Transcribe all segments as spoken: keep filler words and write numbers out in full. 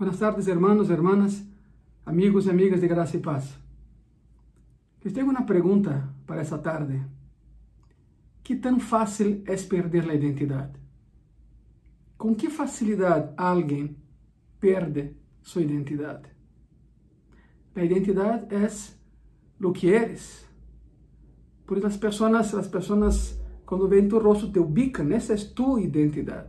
Buenas tardes, hermanos, hermanas, amigos y amigas de Gracia y Paz. Les tengo una pregunta para esta tarde. ¿Qué tan fácil es perder la identidad? ¿Con qué facilidad alguien pierde su identidad? La identidad es lo que eres. Por eso las personas, las personas cuando ven tu rostro te ubican, esa es tu identidad.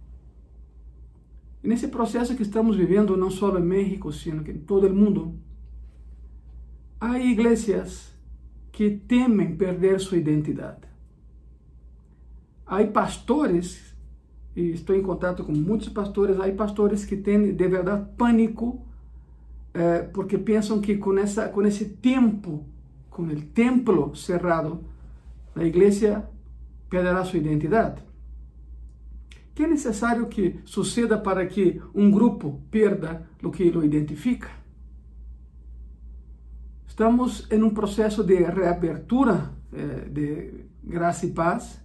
En ese proceso que estamos viviendo, no solo en México, sino que en todo el mundo, hay iglesias que temen perder su identidad. Hay pastores, y estoy en contacto con muchos pastores, hay pastores que tienen de verdad pánico eh, porque piensan que con, esa, con ese tiempo, con el templo cerrado, la iglesia perderá su identidad. ¿Qué es necesario que suceda para que un grupo pierda lo que lo identifica? Estamos en un proceso de reapertura eh, de Gracia y Paz.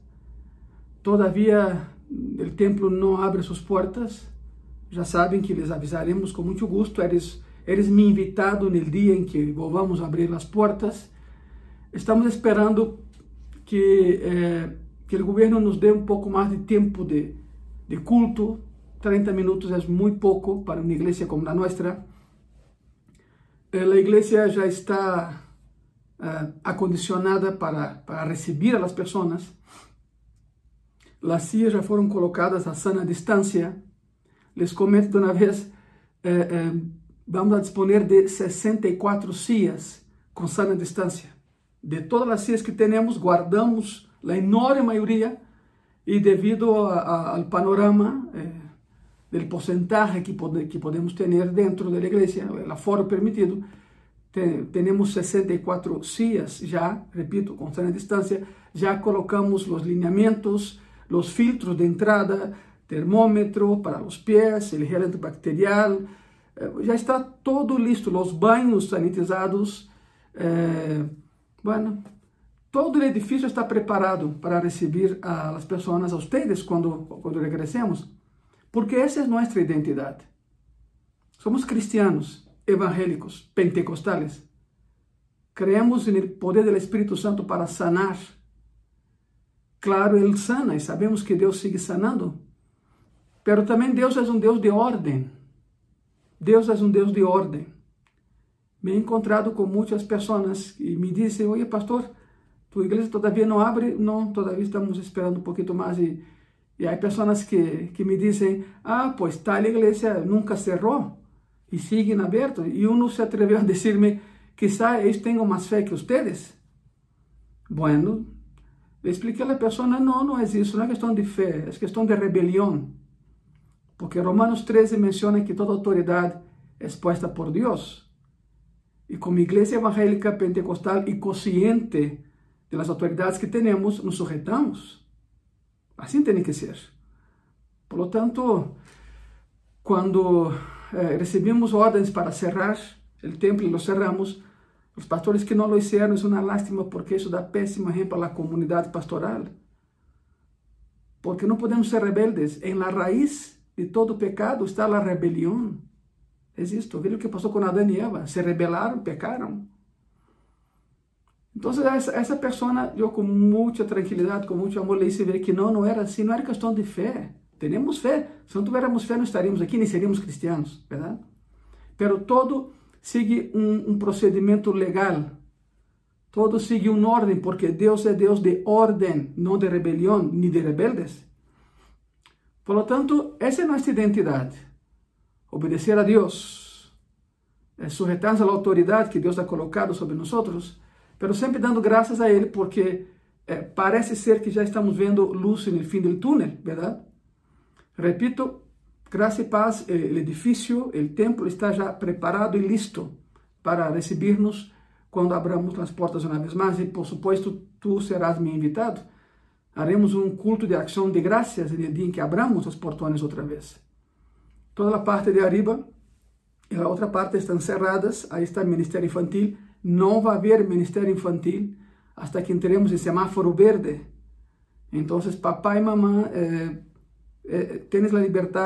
Todavía el templo no abre sus puertas. Ya saben que les avisaremos con mucho gusto. Eres, eres mi invitado en el día en que volvamos a abrir las puertas. Estamos esperando que, eh, que el gobierno nos dé un poco más de tiempo de de culto. treinta minutos es muy poco para una iglesia como la nuestra. Eh, la iglesia ya está uh, acondicionada para, para recibir a las personas. Las sillas ya fueron colocadas a sana distancia. Les comento de una vez, eh, eh, vamos a disponer de sesenta y cuatro sillas con sana distancia. De todas las sillas que tenemos, guardamos la enorme mayoría. Y debido a, a, al panorama eh, del porcentaje que, pod que podemos tener dentro de la iglesia, el aforo permitido, te tenemos sesenta y cuatro sillas ya, repito, con sana distancia, ya colocamos los lineamientos, los filtros de entrada, termómetro para los pies, el gel antibacterial, eh, ya está todo listo, los baños sanitizados, eh, bueno... Todo el edificio está preparado para recibir a las personas, a ustedes, cuando, cuando regresemos, porque esa es nuestra identidad. Somos cristianos, evangélicos, pentecostales. Creemos en el poder del Espíritu Santo para sanar. Claro, Él sana y sabemos que Dios sigue sanando, pero también Dios es un Dios de orden. Dios es un Dios de orden. Me he encontrado con muchas personas y me dicen, oye, pastor, ¿tu iglesia todavía no abre? No, todavía estamos esperando un poquito más. Y, y hay personas que, que me dicen, ah, pues tal iglesia nunca cerró y siguen abiertos. Y uno se atrevió a decirme, quizá ellos tengan más fe que ustedes. Bueno, le expliqué a la persona, no, no es eso, no es cuestión de fe, es cuestión de rebelión. Porque Romanos trece menciona que toda autoridad es puesta por Dios. Y como iglesia evangélica, pentecostal y consciente de las autoridades que tenemos, nos sujetamos. Así tiene que ser. Por lo tanto, cuando eh, recibimos órdenes para cerrar el templo y lo cerramos, los pastores que no lo hicieron es una lástima porque eso da pésimo ejemplo a la comunidad pastoral. Porque no podemos ser rebeldes. En la raíz de todo pecado está la rebelión. Es esto. ¿Ve lo que pasó con Adán y Eva? Se rebelaron, pecaron. Entonces a esa, a esa persona, yo con mucha tranquilidad, con mucho amor, le hice ver que no, no era así, no era cuestión de fe. Tenemos fe. Si no tuviéramos fe, no estaríamos aquí, ni seríamos cristianos, ¿verdad? Pero todo sigue un, un procedimiento legal. Todo sigue un orden, porque Dios es Dios de orden, no de rebelión, ni de rebeldes. Por lo tanto, esa es nuestra identidad. Obedecer a Dios, sujetarnos a la autoridad que Dios ha colocado sobre nosotros, pero sempre dando graças a Ele, porque eh, parece ser que já estamos vendo luz no fim do túnel, verdade? Repito, Graça e Paz, eh, o edifício, o templo está já preparado e listo para recibirnos quando abramos as portas uma vez mais, e por supuesto, tu serás meu invitado. Haremos um culto de ação de graças no dia em que abramos os portões outra vez. Toda a parte de arriba e a outra parte estão cerradas, aí está o Ministério Infantil. Não vai haver ministério infantil hasta que entremos em semáforo verde. Então, papá e mamãe, eh, eh, tienes a liberdade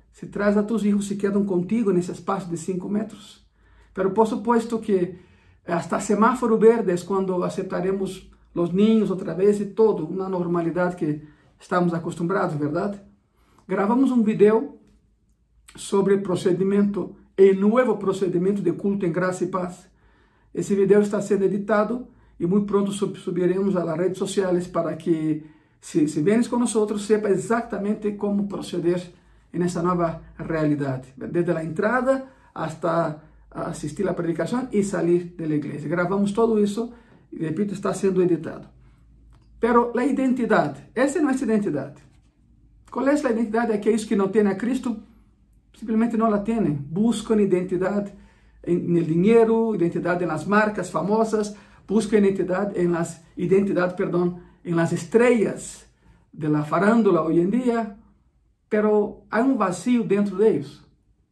si traes a tus hijos, se quedan contigo en ese espacio de cinco metros. Pero por supuesto que hasta semáforo verde es cuando aceptaremos los niños otra vez y todo, una normalidad que estamos acostumbrados, ¿verdad? Gravamos um video sobre o procedimento, o novo procedimento de culto em graça e paz. Esse video está sendo editado e muito pronto subiremos a las redes sociales para que, se, se vienes com nós, sepa exatamente como proceder nessa nova realidade, desde a entrada hasta assistir a predicação e sair da igreja. Gravamos todo isso e, repito, está sendo editado. Pero a identidade, essa é nossa identidade. Qual é a identidade? Aqueles que não têm a Cristo simplesmente não la têm. Buscam identidade no dinheiro, identidade nas marcas famosas, buscam identidade em las identidade, perdão, em las estrelas de la farándula hoje em dia, pero há um vazio dentro deles.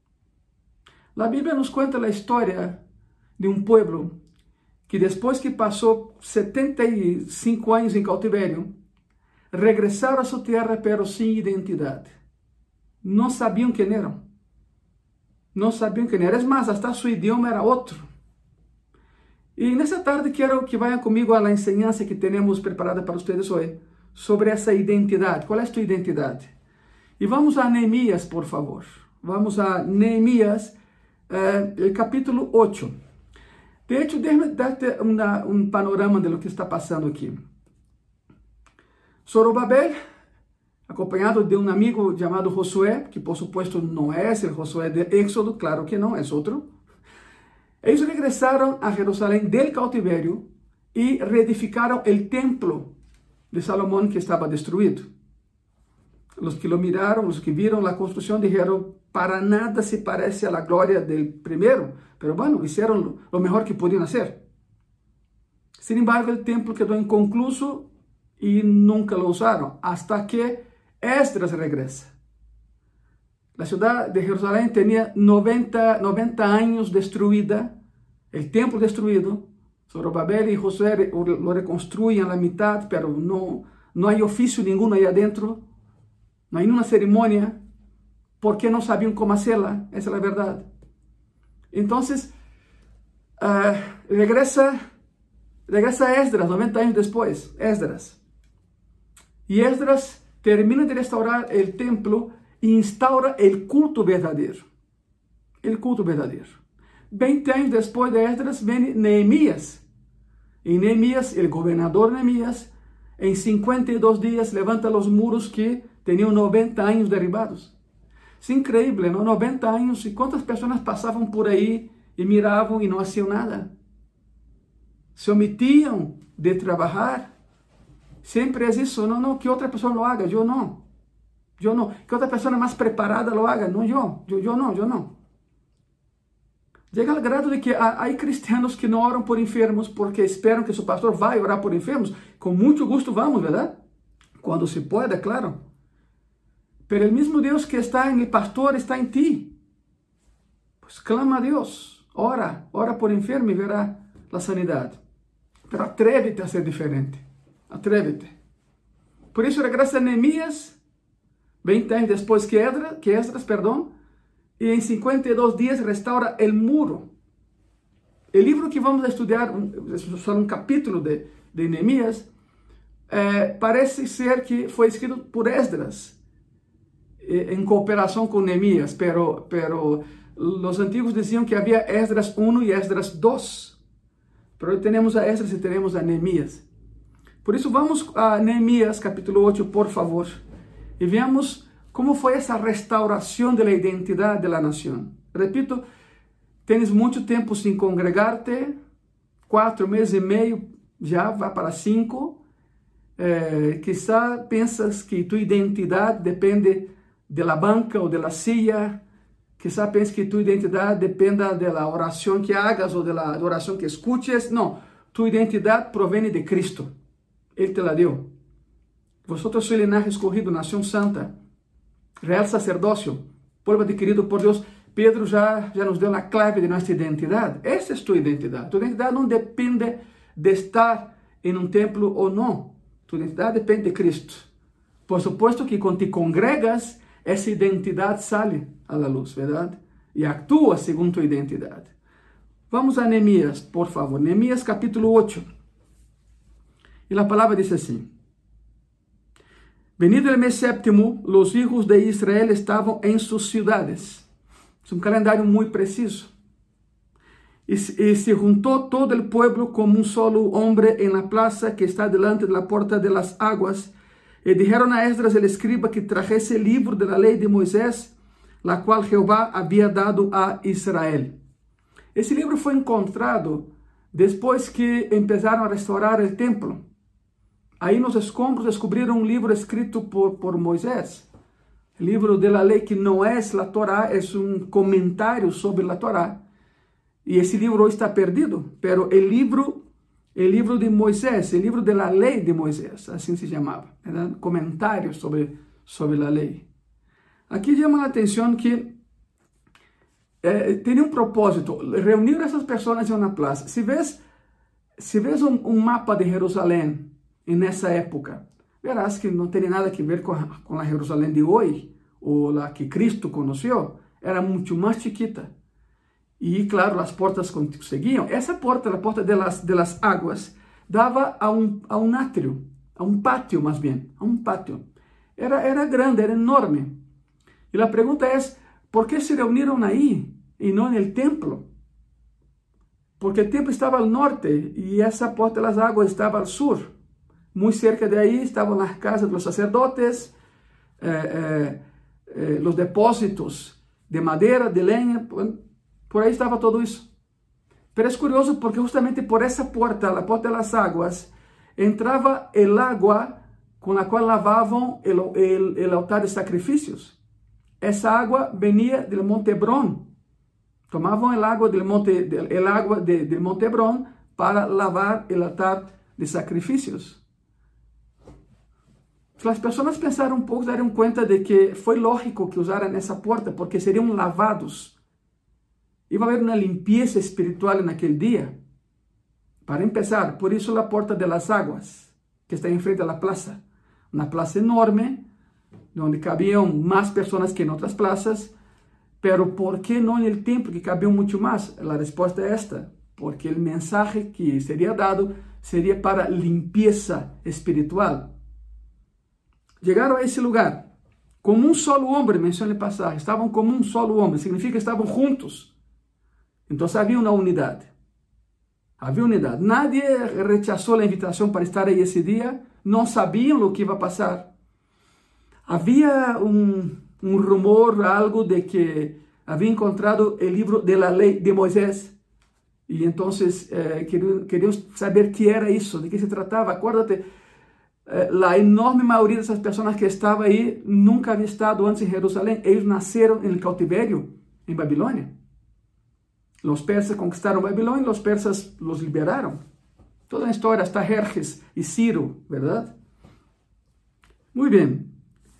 A Bíblia nos conta a história de um povo que depois que passou setenta e cinco anos em cautiverio, regressaram a sua terra, pero sem identidade. Não sabiam quem eram. Não sabiam quem eram. É mais, até seu idioma era outro. E nessa tarde quero que vayam comigo à enseñança que temos preparada para vocês hoje, sobre essa identidade. Qual é a tua identidade? E vamos a Neemias, por favor. Vamos a Neemias, eh, el capítulo oito. De hecho, déjame darte una, un panorama de lo que está passando aqui. Zorobabel, acompanhado de um amigo chamado Josué, que por supuesto não é o Josué de Éxodo, claro que não, é outro. Eles regressaram a Jerusalém del cautiverio e reedificaram o templo de Salomão que estava destruído. Os que lo miraram, os que viram a construção, dijeron, para nada se parece a la glória del primeiro, pero bueno, hicieron lo mejor que podían hacer. Sin embargo, el templo quedó inconcluso y nunca lo usaron, hasta que Esdras regresa. La ciudad de Jerusalén tenía noventa, noventa años destruida, el templo destruido. Zorobabel y Josué lo reconstruyen a la mitad, pero no, no hay oficio ninguno ahí adentro, no hay una ceremonia, porque no sabían cómo hacerla, esa es la verdad. Entonces, uh, regresa, regresa Esdras, noventa años después, Esdras. Y Esdras termina de restaurar el templo e instaura el culto verdadero. El culto verdadero. veinte años después de Esdras viene Neemías. Y Neemías, el gobernador Neemías, en cincuenta y dos días levanta los muros que tenían noventa años derribados. Es increíble, ¿no? noventa años, y cuántas personas pasaban por ahí y miraban y no hacían nada. Se omitían de trabajar. Siempre es eso, no, no, que otra persona lo haga, yo no. Yo no. Que otra persona más preparada lo haga, no yo. Yo, yo no, yo no. Llega al grado de que hay cristianos que no oran por enfermos porque esperan que su pastor vaya a orar por enfermos. Con mucho gusto vamos, ¿verdad? Cuando se pueda, claro. Pero el mismo Dios que está en el pastor está en ti. Pues clama a Dios, ora, ora por enfermo y verá la sanidad. Pero atrévete a ser diferente, atrévete. Por eso regresa a Neemías, veinte años después que Esdras, que Esdras, perdón, y en cincuenta y dos días restaura el muro. El libro que vamos a estudiar, es solo un capítulo de, de Neemías, eh, parece ser que fue escrito por Esdras, en cooperación con Neemías, pero, pero los antiguos decían que había Esdras uno y Esdras dos. Pero hoy tenemos a Esdras y tenemos a Neemías. Por eso vamos a Neemías capítulo ocho, por favor, y veamos cómo fue esa restauración de la identidad de la nación. Repito, tienes mucho tiempo sin congregarte, cuatro meses y medio, ya va para cinco. Eh, quizá piensas que tu identidad depende de la banca o de la silla, quizá penses que tu identidad dependa de la oración que hagas o de la oración que escuches. No, tu identidad proviene de Cristo. Él te la dio. Vosotros sois linaje escogido, nación santa, real sacerdocio, pueblo adquirido por Dios. Pedro ya, ya nos dio la clave de nuestra identidad. Esa es tu identidad. Tu identidad no depende de estar en un templo o no. Tu identidad depende de Cristo. Por supuesto que cuando te congregas, essa identidade sale a la luz, verdade? E actúa segundo tu identidade. Vamos a Neemias, por favor. Neemias capítulo ocho. E a palavra diz assim: Venido el mes séptimo, los hijos de Israel estavam em sus ciudades. É um calendário muito preciso. E, e se juntou todo el pueblo como um solo hombre en la plaza que está delante de la puerta de las aguas. E dijeron a Esdras el escriba que trajese el libro de la ley de Moisés, la cual Jehová había dado a Israel. Esse livro foi encontrado depois que empezaram a restaurar o templo. Aí nos escombros descobriram um livro escrito por, por Moisés. O livro de la lei que não é a Torá, é um comentário sobre a Torá. E esse livro hoje está perdido, pero o livro, o livro de Moisés, o livro de la lei de Moisés, assim se chamava, era comentário sobre, sobre a lei. Aqui chama a atenção que eh, tem um propósito, reunir essas pessoas em uma plaza. Se vês, se vês um, um mapa de Jerusalém nessa época, verás que não tem nada a ver com a, com a Jerusalém de hoje, ou a que Cristo conheceu, era muito mais chiquita. E, claro, as portas seguiam. Essa porta, a porta de las, de las águas, dava a um, a um átrio, a um pátio, mais bem, a um pátio. Era, era grande, era enorme. E a pergunta é, por que se reuniram aí e não no templo? Porque o templo estava ao norte e essa porta das águas estava ao sur. Muito cerca de aí estavam as casas dos sacerdotes, eh, eh, eh, os depósitos de madeira, de lenha. Por aí estava todo isso. Pero é curioso porque justamente por essa porta, a porta das águas, entrava o água com a qual lavavam o altar de sacrifícios. Essa água venia do Monte Hebron. Tomavam o água do Monte, el água de, del Monte Hebron para lavar o altar de sacrifícios. As pessoas pensaram um pouco, deram conta de que foi lógico que usaram essa porta, porque seriam lavados. Iba a haver uma limpeza espiritual naquele dia. Para empezar, por isso a porta de las águas, que está em frente à plaza. Uma plaza enorme, onde cabiam mais pessoas que em outras plazas. Pero por que não no templo, que cabiam muito mais? A resposta é esta: porque o mensaje que seria dado seria para limpeza espiritual. Chegaram a esse lugar como um solo homem, menciona o passagem. Estavam como um solo homem, significa que estavam juntos. Então havia uma unidade. Havia unidade. Nadie rechazou a invitação para estar aí esse dia. Não sabiam o que ia passar. Havia um, um rumor, algo de que havia encontrado o livro de la lei de Moisés. E então eh, queriam, queriam saber o que era isso, de que se tratava. Acuérdate, eh, a enorme maioria dessas pessoas que estavam aí nunca havia estado antes em Jerusalém. Eles nasceram no cautiverio em Babilônia. Os persas conquistaram Babilônia e os persas os liberaram. Toda a história, hasta Jerjes e Ciro, verdade? Muito bem.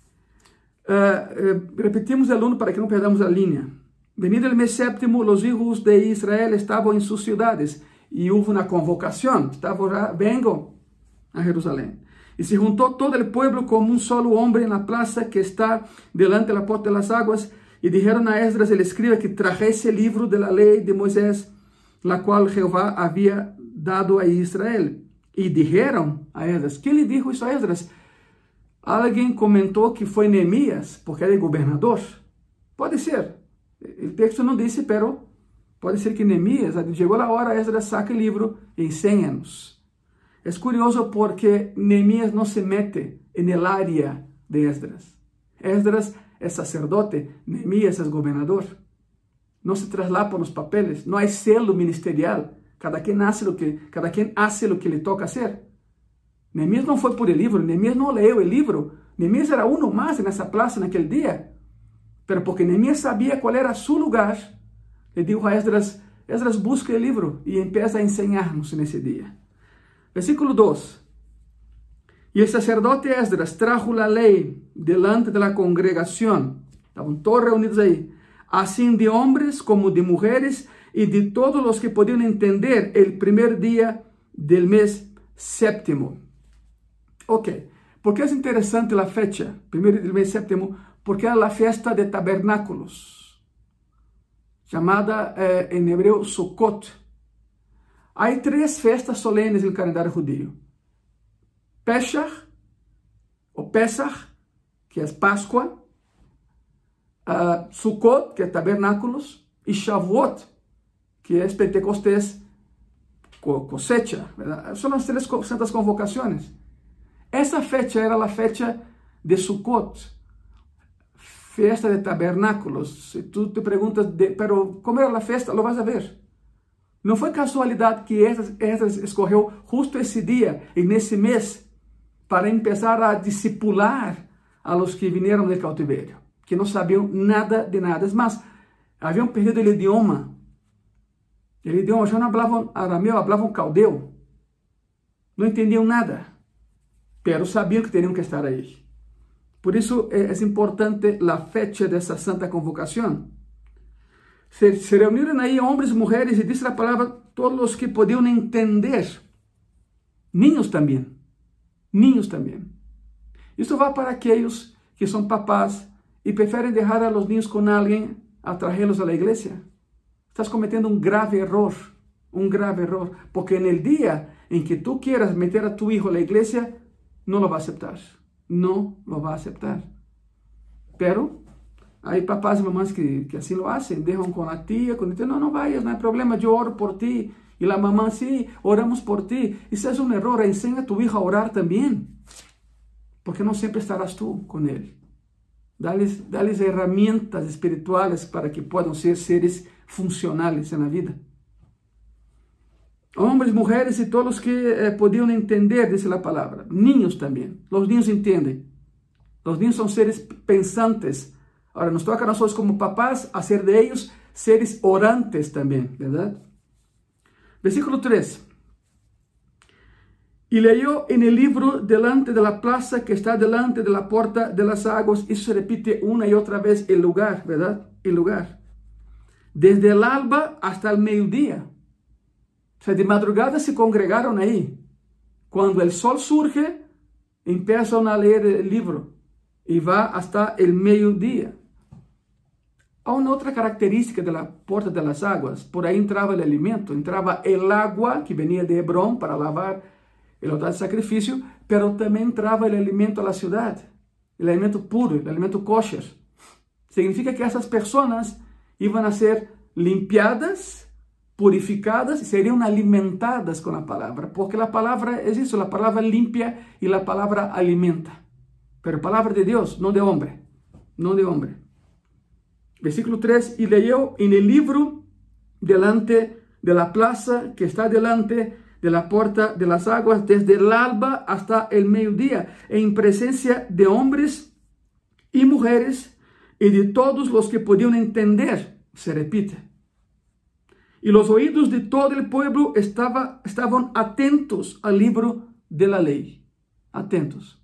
Uh, uh, repetimos o uno para que não perdamos a linha. Venido el mes séptimo, os hijos de Israel estavam em suas cidades e houve uma convocação. Estavam já, vengo a Jerusalém. E se juntou todo o pueblo como um solo homem na plaza que está delante da porta de las águas. E dijeron a Esdras el escriba que trajese el libro de la ley de Moisés, la cual Jehová había dado a Israel. E dijeron a Esdras, ¿quién le dijo isso a Esdras? Alguém comentou que foi Neemias, porque era governador. Pode ser. O texto não disse, pero pode ser que Neemias, chegou a hora, Esdras saca o livro e ensina-nos. É curioso porque Neemias não se mete en área de Esdras. Esdras é sacerdote, Neemias é governador. Não se traslapa nos papeles, não há selo ministerial. Cada quem hace lo que, cada quem hace lo que lhe toca hacer. Neemias não foi por el livro, Neemias não leu o livro. Neemias era uno mais nessa plaza naquele dia. Pero porque Neemias sabia qual era seu lugar, ele disse a Esdras, Esdras busca o livro e empieza a ensinar-nos nesse dia. Versículo dois. E o sacerdote Esdras trajo a lei delante da congregação. Estavam todos reunidos aí. Assim de homens como de mulheres e de todos os que podiam entender o primeiro dia del mês séptimo. Ok. Por que é interessante a fecha, primeiro dia do mês séptimo? porque era la fiesta de tabernáculos, llamada eh, en hebreo Sukkot. Hay tres fiestas solemnes en el calendario judío. Pesach, o Pesach, que es Pascua, uh, Sukkot, que es tabernáculos, y Shavuot, que es Pentecostés, cosecha, ¿verdad? Son las tres santas convocaciones. Esa fecha era la fecha de Sukkot, fiesta de tabernáculos. Si tú te preguntas, de, pero ¿cómo era la fiesta? Lo vas a ver. No fue casualidad que Esdras escogió justo ese día, en ese mes, para empezar a discipular a los que vinieron del cautiverio, que no sabían nada de nada. Es más, habían perdido el idioma. El idioma, ya no hablaban arameo, hablaban caldeo. No entendían nada, pero sabían que tenían que estar ahí. Por eso es importante la fecha de esa santa convocación. Se, se reunieron ahí hombres y mujeres, y dice la palabra, todos los que podían entender. Niños también. Niños también. Esto va para aquellos que son papás y prefieren dejar a los niños con alguien a traerlos a la iglesia. Estás cometiendo un grave error, un grave error, porque en el día en que tú quieras meter a tu hijo a la iglesia, no lo va a aceptar, no lo va a aceptar. Pero hay papás y mamás que, que así lo hacen, dejan con la tía, con el tío, no, no vayas, no hay problema, yo oro por ti. Y la mamá, sí, oramos por ti. Eso es un error, enseña a tu hijo a orar también, porque no siempre estarás tú con él. Dales, dales herramientas espirituales para que puedan ser seres funcionales en la vida. Hombres, mujeres y todos los que eh, podían entender, dice la palabra. Niños también. Los niños entienden. Los niños son seres pensantes. Ahora nos toca a nosotros como papás hacer de ellos seres orantes también, ¿verdad? Versículo tres. Y leyó en el libro delante de la plaza que está delante de la puerta de las aguas. Eso se repite una y otra vez, el lugar, ¿verdad? El lugar. Desde el alba hasta el mediodía. O sea, de madrugada se congregaron ahí. Cuando el sol surge, empiezan a leer el libro. Y va hasta el mediodía. Hay una otra característica de la puerta de las aguas. Por ahí entraba el alimento. Entraba el agua que venía de Hebrón para lavar el altar de sacrificio, pero también entraba el alimento a la ciudad, el alimento puro, el alimento kosher. Significa que esas personas iban a ser limpiadas, purificadas y serían alimentadas con la palabra, porque la palabra es eso, la palabra limpia y la palabra alimenta, pero palabra de Dios, no de hombre, no de hombre. Versículo tres, y leyó en el libro delante de la plaza que está delante de la puerta de las aguas, desde el alba hasta el mediodía, en presencia de hombres y mujeres y de todos los que podían entender. Se repite. Y los oídos de todo el pueblo estaba, estaban atentos al libro de la ley. Atentos.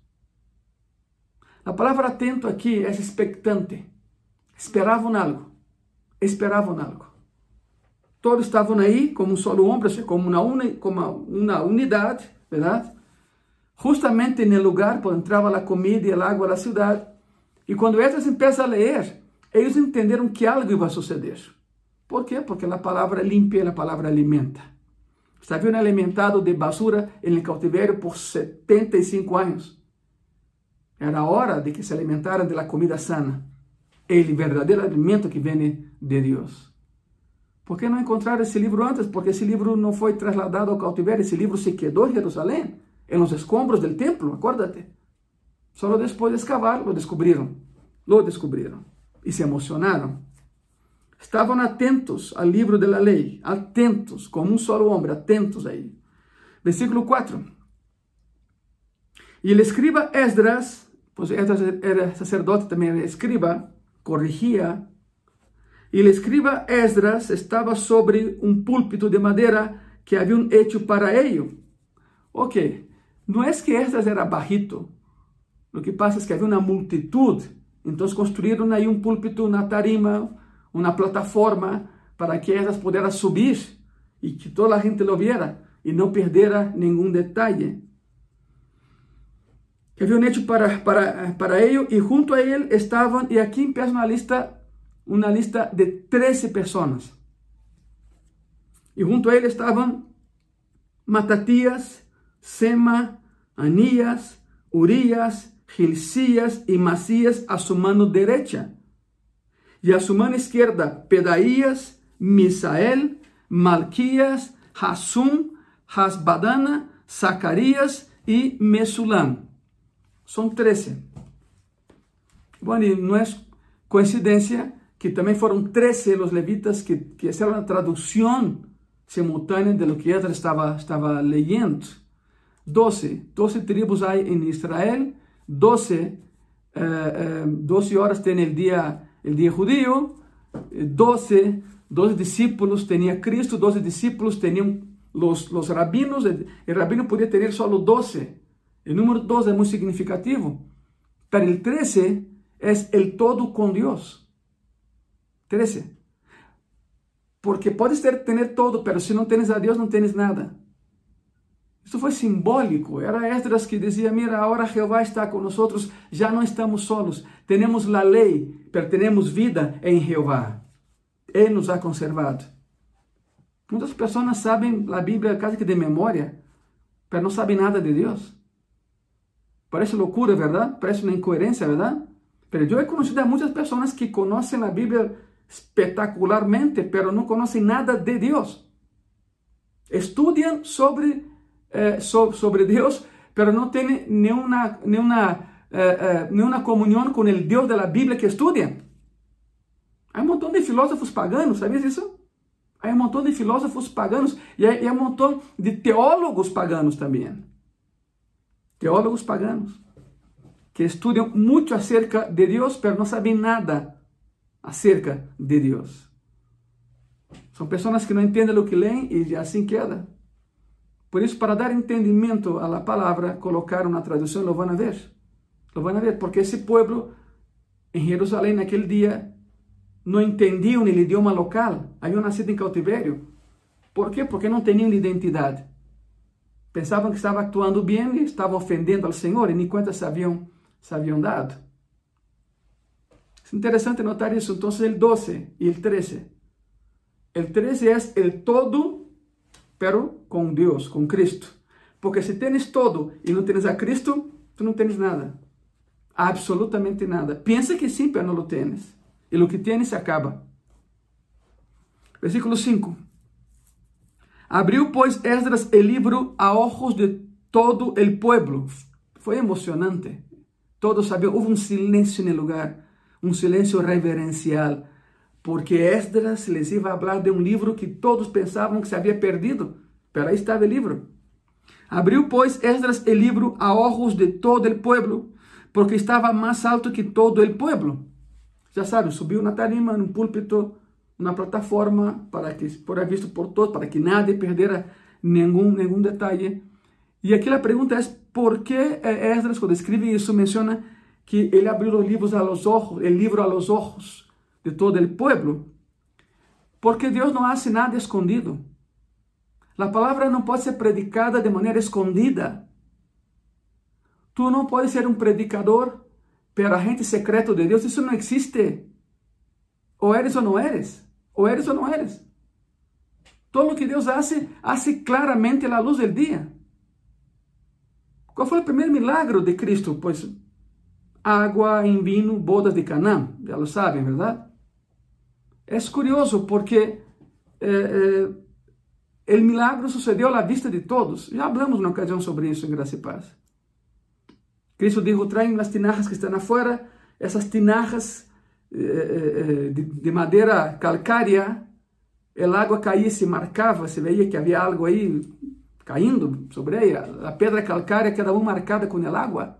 La palabra atento aquí es expectante. Esperaban algo. Esperaban algo. Todos estaban ahí como un solo hombre, como una, uni, como una unidad, ¿verdad? Justamente en el lugar donde entraba la comida y el agua a la ciudad. Y cuando Esdras empieza a leer, ellos entendieron que algo iba a suceder. ¿Por qué? Porque la palabra limpia y la palabra alimenta. Estaban alimentados de basura en el cautiverio por setenta y cinco años. Era hora de que se alimentaran de la comida sana, el verdadero alimento que viene de Dios. ¿Por qué no encontrar ese libro antes? Porque ese libro no fue trasladado al cautiverio, ese libro se quedó en Jerusalén, en los escombros del templo, acuérdate. Solo después de excavar lo descubrieron, lo descubrieron y se emocionaron. Estaban atentos al libro de la ley, atentos, como un solo hombre, atentos ahí. Versículo cuatro. Y el escriba Esdras, pues Esdras era sacerdote, también era escriba, corregía. Y el escriba Esdras estaba sobre un púlpito de madera que habían hecho para ello. Ok, no es que Esdras era bajito. Lo que pasa es que había una multitud. Entonces construyeron ahí un púlpito, una tarima, una plataforma para que Esdras pudiera subir y que toda la gente lo viera y no perdiera ningún detalle. que habían hecho para, para, para ello, y junto a él estaban, y aquí empieza una lista, una lista de trece personas. Y junto a él estaban Matatías, Sema, Anías, Urías, Hilcías y Masías a su mano derecha. Y a su mano izquierda, Pedaías, Misael, Malquías, Hasum, Hasbadana, Zacarías y Mesulam. Son trece. Bueno, y no es coincidencia que también fueron trece los levitas que, que hicieron la traducción simultánea de lo que Esdras estaba, estaba leyendo. doce, doce tribus hay en Israel, doce, eh, eh, doce horas tiene el día, el día judío, doce, doce discípulos tenía Cristo, doce discípulos tenían los, los rabinos, el, el rabino podía tener solo doce. El número doce es muy significativo, pero el trece es el todo con Dios. trece. Porque puedes ter, tener todo, pero si no tienes a Dios no tienes nada. Esto fue simbólico. Era Esdras que decía, mira, ahora Jehová está con nosotros, ya no estamos solos. Tenemos la ley, pero tenemos vida en Jehová. Él nos ha conservado. Muchas personas saben la Biblia casi que de memoria, pero no saben nada de Dios. Parece locura, ¿verdad? Parece una incoherencia, ¿verdad? Pero yo he conocido a muchas personas que conocen la Biblia espectacularmente, pero no conocen nada de Dios. Estudian sobre, eh, so, sobre Dios, pero no tienen ni una, ni, una, eh, eh, ni una comunión con el Dios de la Biblia que estudian. Hay un montón de filósofos paganos, ¿sabías eso? Hay un montón de filósofos paganos y hay, y hay un montón de teólogos paganos también. Teólogos paganos que estudian mucho acerca de Dios, pero no saben nada acerca de Dios. Son personas que no entienden lo que leen y así queda. Por eso, para dar entendimiento a la palabra, colocar una traducción, lo van a ver. Lo van a ver, porque ese pueblo en Jerusalén en aquel día no entendían el idioma local. Habían nacido en cautiverio. ¿Por qué? Porque no tenían identidad. Pensaban que estaban actuando bien y estaban ofendiendo al Señor y ni cuenta se habían, se habían dado. Es interesante notar eso. Entonces el doce y el trece. El trece es el todo, pero con Dios, con Cristo. Porque si tienes todo y no tienes a Cristo, tú no tienes nada. Absolutamente nada. Piensa que sí, pero no lo tienes. Y lo que tienes se acaba. Versículo cinco. Abriu, pues, Esdras el libro a ojos de todo el pueblo. Fue emocionante. Todos sabían, hubo un silencio en el lugar. Un silencio reverencial, porque Esdras les iba a hablar de un libro que todos pensaban que se había perdido, pero ahí estaba el libro. Abriu, pues, Esdras el libro a ojos de todo el pueblo, porque estaba más alto que todo el pueblo. Ya saben, subió una tarima en un púlpito, una plataforma para que fuera visto por todos, para que nadie perdiera ningún, ningún detalle. Y aquí la pregunta es, ¿por qué Esdras, cuando escribe eso, menciona que él abrió los libros a los ojos, el libro a los ojos de todo el pueblo? Porque Dios no hace nada escondido. La palabra no puede ser predicada de manera escondida. Tú no puedes ser un predicador, pero agente secreto de Dios. Eso no existe. O eres o no eres. O eres o no eres. Todo lo que Dios hace, hace claramente a la luz del día. ¿Cuál fue el primer milagro de Cristo? Pues agua en vino, bodas de Caná, ya lo saben, ¿verdad? Es curioso porque eh, eh, el milagro sucedió a la vista de todos. Ya hablamos una ocasión sobre eso en Gracia y Paz. Cristo dijo, traen las tinajas que están afuera, esas tinajas eh, eh, de, de madera calcárea, el agua caía y se marcaba, se veía que había algo ahí cayendo sobre ella, la piedra calcárea queda aún marcada con el agua.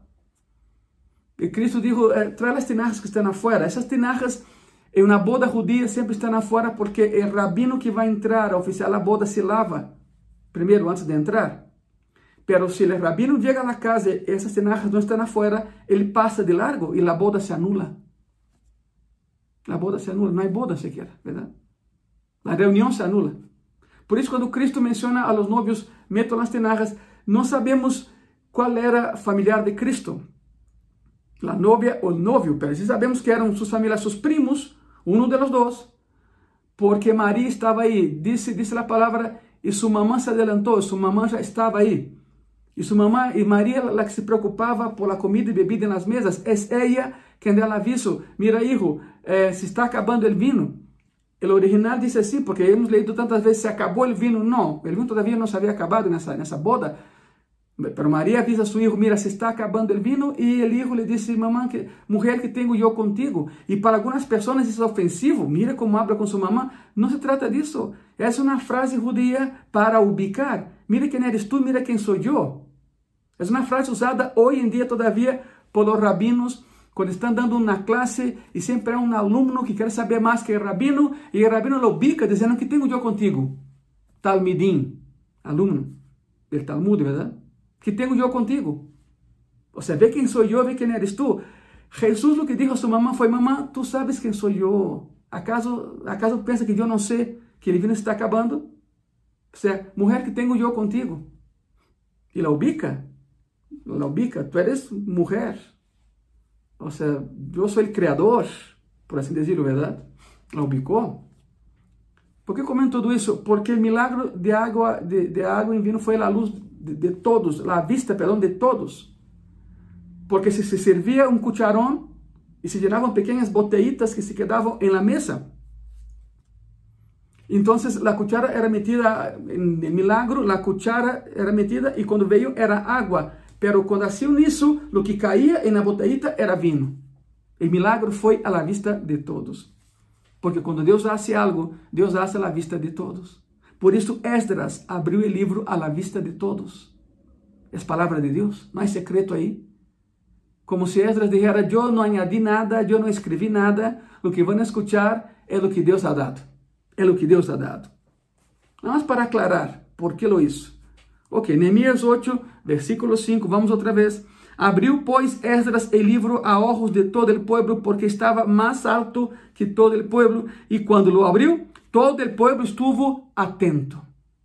Y Cristo dijo, eh, trae las tinajas que están afuera. Esas tinajas en una boda judía siempre están afuera porque el rabino que va a entrar a oficiar la boda se lava primero antes de entrar. Pero si el rabino llega a la casa y esas tinajas no están afuera, él pasa de largo y la boda se anula. La boda se anula, no hay boda siquiera, ¿verdad? La reunión se anula. Por eso cuando Cristo menciona a los novios, metan las tinajas, no sabemos cuál era familiar de Cristo, la novia o el novio, pero sí sabemos que eran sus familias, sus primos, uno de los dos, porque María estaba ahí, dice, dice la palabra, y su mamá se adelantó, su mamá ya estaba ahí. Y su mamá, y María, la que se preocupaba por la comida y bebida en las mesas, es ella quien da el aviso, mira hijo, eh, se está acabando el vino. El original dice así, porque hemos leído tantas veces, se acabó el vino. No, el vino todavía no se había acabado en esa, en esa boda. Pero María avisa a su hijo, mira, se está acabando el vino, y el hijo le dice, mamá, que, mujer que tengo yo contigo. Y para algunas personas es ofensivo, mira cómo habla con su mamá. No se trata de eso, es una frase judía para ubicar. Mira quién eres tú, mira quién soy yo. Es una frase usada hoy en día todavía por los rabinos, cuando están dando una clase y siempre hay un alumno que quiere saber más que el rabino, y el rabino lo ubica diciendo, ¿qué tengo yo contigo? Talmidim, alumno del Talmud, ¿verdad? ¿Qué tengo yo contigo? O sea, ve quién soy yo, ve quién eres tú. Jesús lo que dijo a su mamá fue, mamá, tú sabes quién soy yo. ¿Acaso, acaso piensa que yo no sé que el vino está acabando? O sea, mujer, ¿qué tengo yo contigo? Y la ubica, la ubica, tú eres mujer. O sea, yo soy el creador, por así decirlo, ¿verdad? La ubicó. ¿Por qué comento todo eso? Porque el milagro de agua, de, de agua en vino fue la luz de, de todos, la vista, perdón, de todos. Porque si se servía un cucharón y se llenaban pequeñas botellitas que se quedaban en la mesa. Entonces la cuchara era metida, en el milagro, la cuchara era metida y cuando veio era agua. Pero cuando hacían eso, lo que caía en la botellita era vino. El milagro fue a la vista de todos. Porque cuando Dios hace algo, Dios hace a la vista de todos. Por eso Esdras abrió el libro a la vista de todos. Es palabra de Dios, no hay secreto ahí. Como si Esdras dijera, yo no añadí nada, yo no escribí nada, lo que van a escuchar es lo que Dios ha dado. Es lo que Dios ha dado. Nada más para aclarar por qué lo hizo. Ok, Nehemías ocho, versículo cinco, vamos otra vez. Abriu, pois, Esdras el libro a ojos de todo el pueblo, porque estaba más alto que todo el pueblo, y cuando lo abrió, todo el pueblo estuvo atento.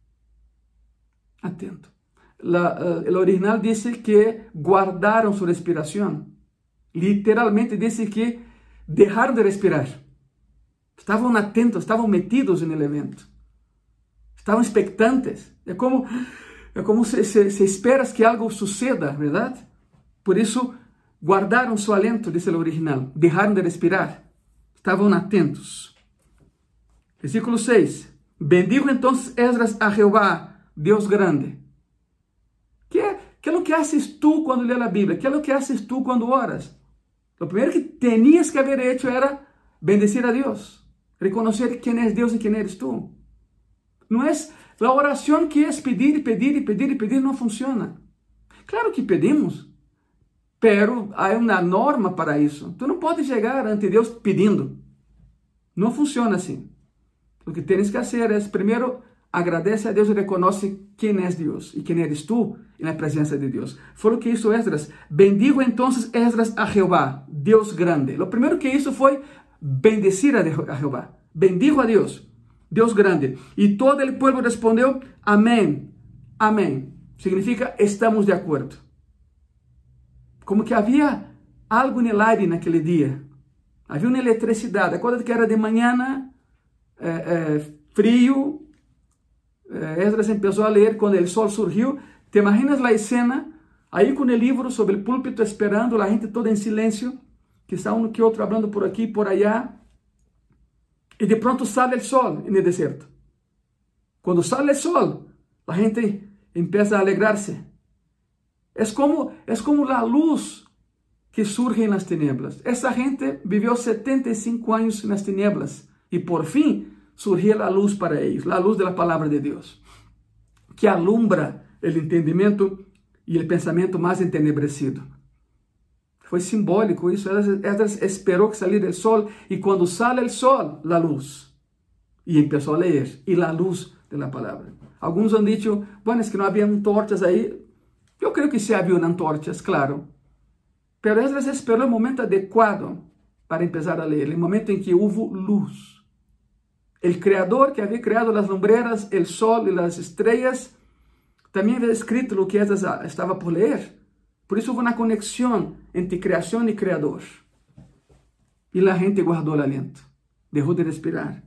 Atento. La, uh, el original dice que guardaron su respiración. Literalmente dice que dejaron de respirar. Estavam atentos, estavam metidos en el evento. Estavam expectantes. É como, é como se, se, se esperas que algo suceda, ¿verdad? Por isso, guardaram su aliento, dice el original. Dejaron de respirar. Estavam atentos. Versículo seis. Bendijo entonces Esdras a Jehová, Dios grande. ¿Qué, ¿Qué es lo que haces tú cuando lees la Biblia? ¿Qué es lo que haces tú cuando oras? Lo primero que tenías que haber hecho era bendecir a Dios. Reconocer quién es Dios y quién eres tú. No es la oración que es pedir y pedir y pedir y pedir, no funciona. Claro que pedimos, pero hay una norma para eso. Tú no puedes llegar ante Dios pidiendo. No funciona así. Lo que tienes que hacer es, primero, agradece a Dios y reconoce quién es Dios y quién eres tú en la presencia de Dios. Fue lo que hizo Esdras. Bendijo entonces Esdras a Jehová, Dios grande. Lo primero que hizo fue bendecir a Jehová. Bendijo a Dios, Dios grande. Y todo el pueblo respondió, amén, amén. Significa, estamos de acuerdo. Como que había algo en el aire en aquel día. Había una electricidad. Acuérdate que era de mañana, eh, eh, frío. Eh, Esdras empezó a leer cuando el sol surgió. ¿Te imaginas la escena? Ahí con el libro sobre el púlpito esperando, la gente toda en silencio, que está uno que otro hablando por aquí y por allá. Y de pronto sale el sol en el desierto. Cuando sale el sol, la gente empieza a alegrarse. Es como, es como la luz que surge en las tinieblas. Esa gente vivió setenta y cinco años en las tinieblas y por fin surgió la luz para ellos, la luz de la palabra de Dios, que alumbra el entendimiento y el pensamiento más entenebrecido. Fue simbólico eso. Esdras esperó que saliera el sol y cuando sale el sol, la luz. Y empezó a leer y la luz de la palabra. Algunos han dicho, bueno, es que no había antorchas ahí. Yo creo que sí había antorchas, claro. Pero Esdras esperó el momento adecuado para empezar a leer, el momento en que hubo luz. El creador que había creado las lumbreras, el sol y las estrellas, también había escrito lo que Esdras estaba por leer. Por isso hubo uma conexão entre criação e Criador. E a gente guardou o aliento, deixou de respirar.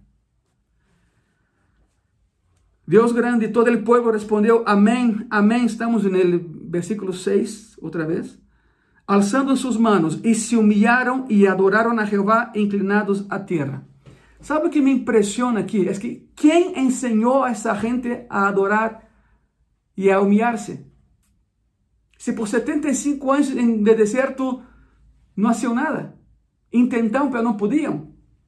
Deus grande, todo o povo respondeu, amém, amém. Estamos no versículo seis, outra vez. Alzando suas manos, e se humillaram e adoraram a Jeová, inclinados a terra. Sabe o que me impressiona aqui? É que quem ensinou a essa gente a adorar e a humilhar-se? Se por setenta e cinco anos de deserto não hacían nada. Intentaram, mas não podiam.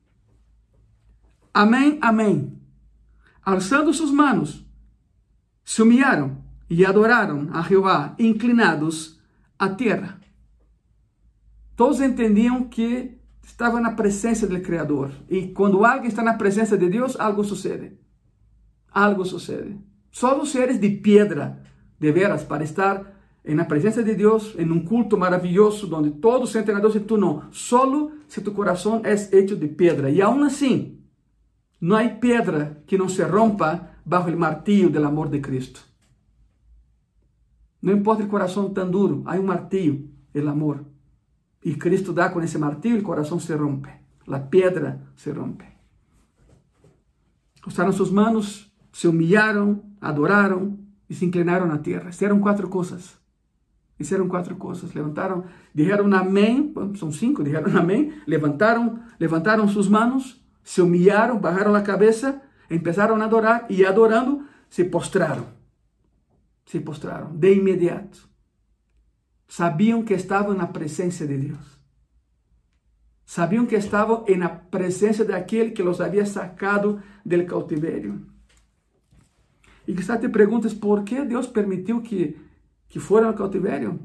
Amém, amém. Alzando suas manos, se humillaram e adoraram a Jeová, inclinados a terra. Todos entendiam que estavam na presença do Criador. E quando alguém está na presença de Deus, algo sucede. Algo sucede. Só os seres de pedra, de veras, para estar na presença de Deus, em um culto maravilhoso, onde todos sentem a Deus e tu não. Solo se tu coração é hecho de pedra. E aún assim, não há pedra que não se rompa bajo o martillo do amor de Cristo. Não importa o coração tão duro, há um martillo, o amor. E Cristo dá com esse martillo, o coração se rompe. A pedra se rompe. Usaram suas manos, se humillaram, adoraram e se inclinaram na terra. Hicieron quatro coisas. Hicieron quatro coisas. Levantaram, dijeron amém. São cinco, dijeron amém. Levantaram, levantaram suas manos, se humillaram, bajaram a cabeça, empezaram a adorar e adorando, se postraram. Se postraram de imediato. Sabiam que estavam na presença de Deus. Sabiam que estavam na presença daquele que los havia sacado del cautiverio. E quizás te perguntes por que Deus permitiu que, que foram ao cautiverio.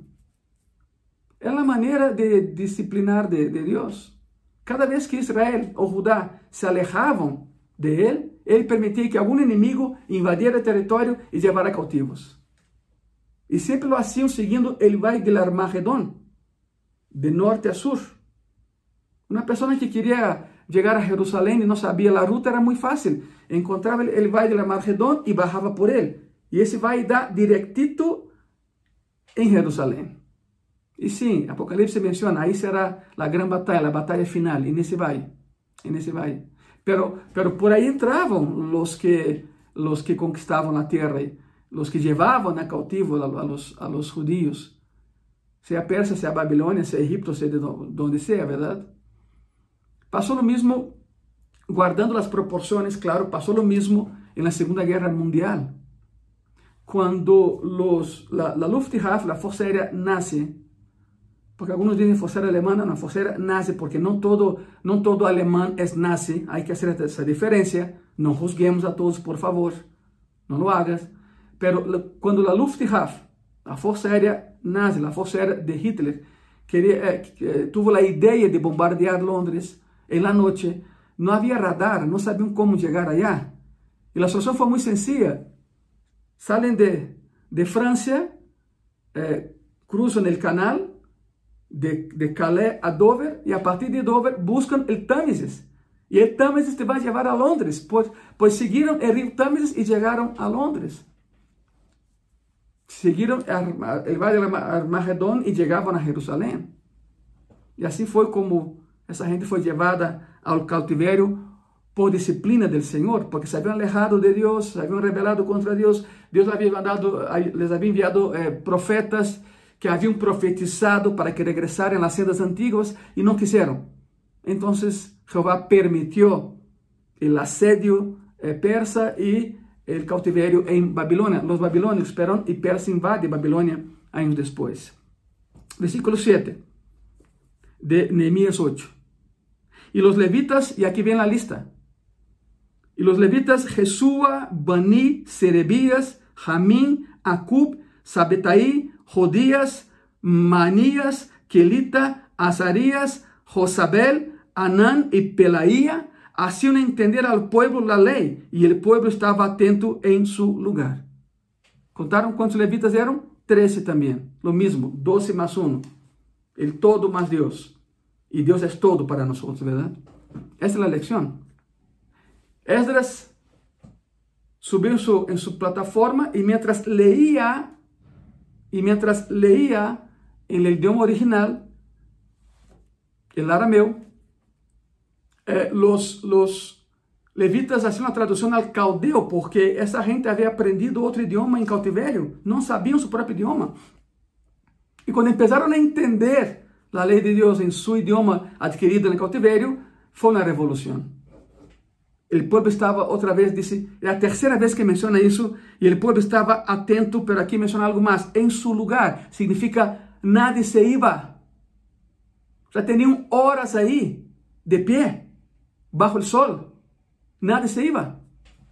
É a maneira de disciplinar de, de Deus. Cada vez que Israel ou Judá se alejavam de ele, ele permitia que algum inimigo invadiera o território e levara cautivos. E sempre lo hacían seguindo el valle del Armagedón, de norte a sur. Uma pessoa que queria chegar a Jerusalém e não sabia a ruta, era muito fácil. Encontrava el valle del Armagedón e bajava por ele. E esse valle dá directito em Jerusalém. E sim, Apocalipse menciona, aí será a grande batalha, a batalha final, nesse valle. Nesse valle. Pero, pero por aí entravam os que, los que conquistavam a terra. Los que llevaban a cautivo a, a, los, a los judíos, sea Persia, sea Babilonia, sea Egipto, sea de donde sea, ¿verdad? Pasó lo mismo, guardando las proporciones, claro, pasó lo mismo en la Segunda Guerra Mundial. Cuando los, la, la Luftwaffe, la Fuerza Aérea nazi, porque algunos dicen Fuerza Aérea Alemana, no, Fuerza Aérea nazi, porque no todo, no todo alemán es nazi, hay que hacer esa diferencia, no juzguemos a todos, por favor, no lo hagas. Pero quando a Luftwaffe, a Força Aérea Nazi, a Força Aérea de Hitler, queria, eh, tuvo a ideia de bombardear Londres em la noite, não havia radar, não sabiam como chegar allá. E a solução foi muito sencilla. Salen de, de França, eh, cruzam o canal de, de Calais a Dover, e a partir de Dover buscam o Támesis. E o Támesis te vai levar a Londres, pois, pois seguiram o rio Támesis e chegaram a Londres. Seguiram o Vale do Armagedón e chegavam a Jerusalém. E assim foi como essa gente foi levada ao cautiverio por disciplina do Senhor, porque se haviam alejado de Deus, se haviam rebelado contra Deus. Deus havia mandado, les havia enviado eh, profetas que haviam profetizado para que regressaram às sendas antigas e não quiseram. Então, Jeová permitiu o assédio eh, persa e el cautiverio en Babilonia. Los babilonios esperan y Persia invade Babilonia años después. Versículo siete de Nehemías ocho. Y los levitas, y aquí viene la lista, y los levitas Jesúa, Bani, Serebías, Jamín, Acub, Sabetaí, Jodías, Manías, Kelita, Azarías, Josabel, Anán y Pelaía, hacían entender al pueblo la ley, y el pueblo estaba atento en su lugar. ¿Contaron cuántos levitas eran? Trece también. Lo mismo, doce más uno. El todo más Dios. Y Dios es todo para nosotros, ¿verdad? Esa es la lección. Esdras subió en su, en su plataforma y mientras leía, y mientras leía en el idioma original, el arameo, eh, los, los levitas hacían la traducción al caldeo, porque esa gente había aprendido otro idioma en cautiverio, no sabían su propio idioma. Y cuando empezaron a entender la ley de Dios en su idioma adquirido en el cautiverio, fue una revolución. El pueblo estaba otra vez, dice, la tercera vez que menciona eso, y el pueblo estaba atento, pero aquí menciona algo más, en su lugar, significa nadie se iba. O sea, tenían horas ahí, de pie, bajo el sol, nadie se iba.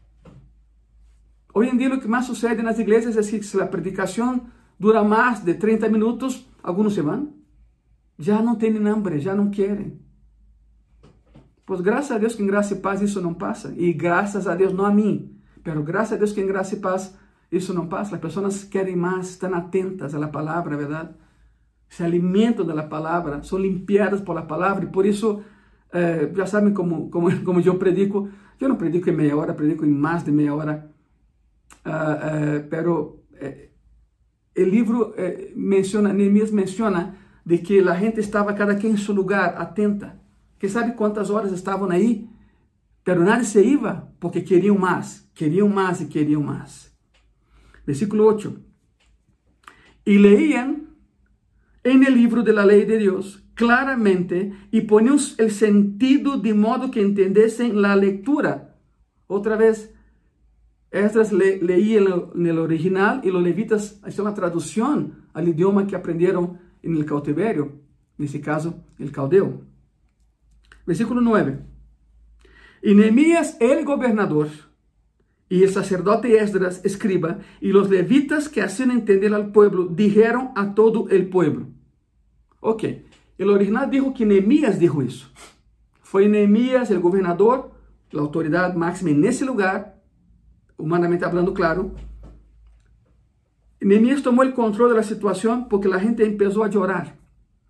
Hoy en día lo que más sucede en las iglesias es que si la predicación dura más de treinta minutos, algunos se van. Ya no tienen hambre, ya no quieren. Pues gracias a Dios que en gracia y paz eso no pasa. Y gracias a Dios, no a mí, pero gracias a Dios que en gracia y paz eso no pasa. Las personas quieren más, están atentas a la palabra, ¿verdad? Se alimentan de la palabra, son limpiadas por la palabra. Y por eso, eh, ya saben como, como, como yo predico. Yo no predico en media hora, predico en más de media hora. Uh, uh, pero eh, el libro eh, menciona, Nehemías menciona de que la gente estaba cada quien en su lugar, atenta. Que sabe cuántas horas estaban ahí, pero nadie se iba porque querían más, querían más y querían más. Versículo ocho. Y leían en el libro de la ley de Dios claramente y ponían el sentido de modo que entendiesen la lectura. Otra vez, Esdras le, leía en el original y los levitas hacían la traducción al idioma que aprendieron en el cautiverio, en este caso el caldeo. Versículo nueve. Y Nehemías el gobernador y el sacerdote Esdras escriba y los levitas que hacían entender al pueblo dijeron a todo el pueblo. Ok, el original dijo que Nehemías dijo eso. Fue Nehemías el gobernador, la autoridad máxima en ese lugar, humanamente hablando claro. Nehemías tomó el control de la situación porque la gente empezó a llorar.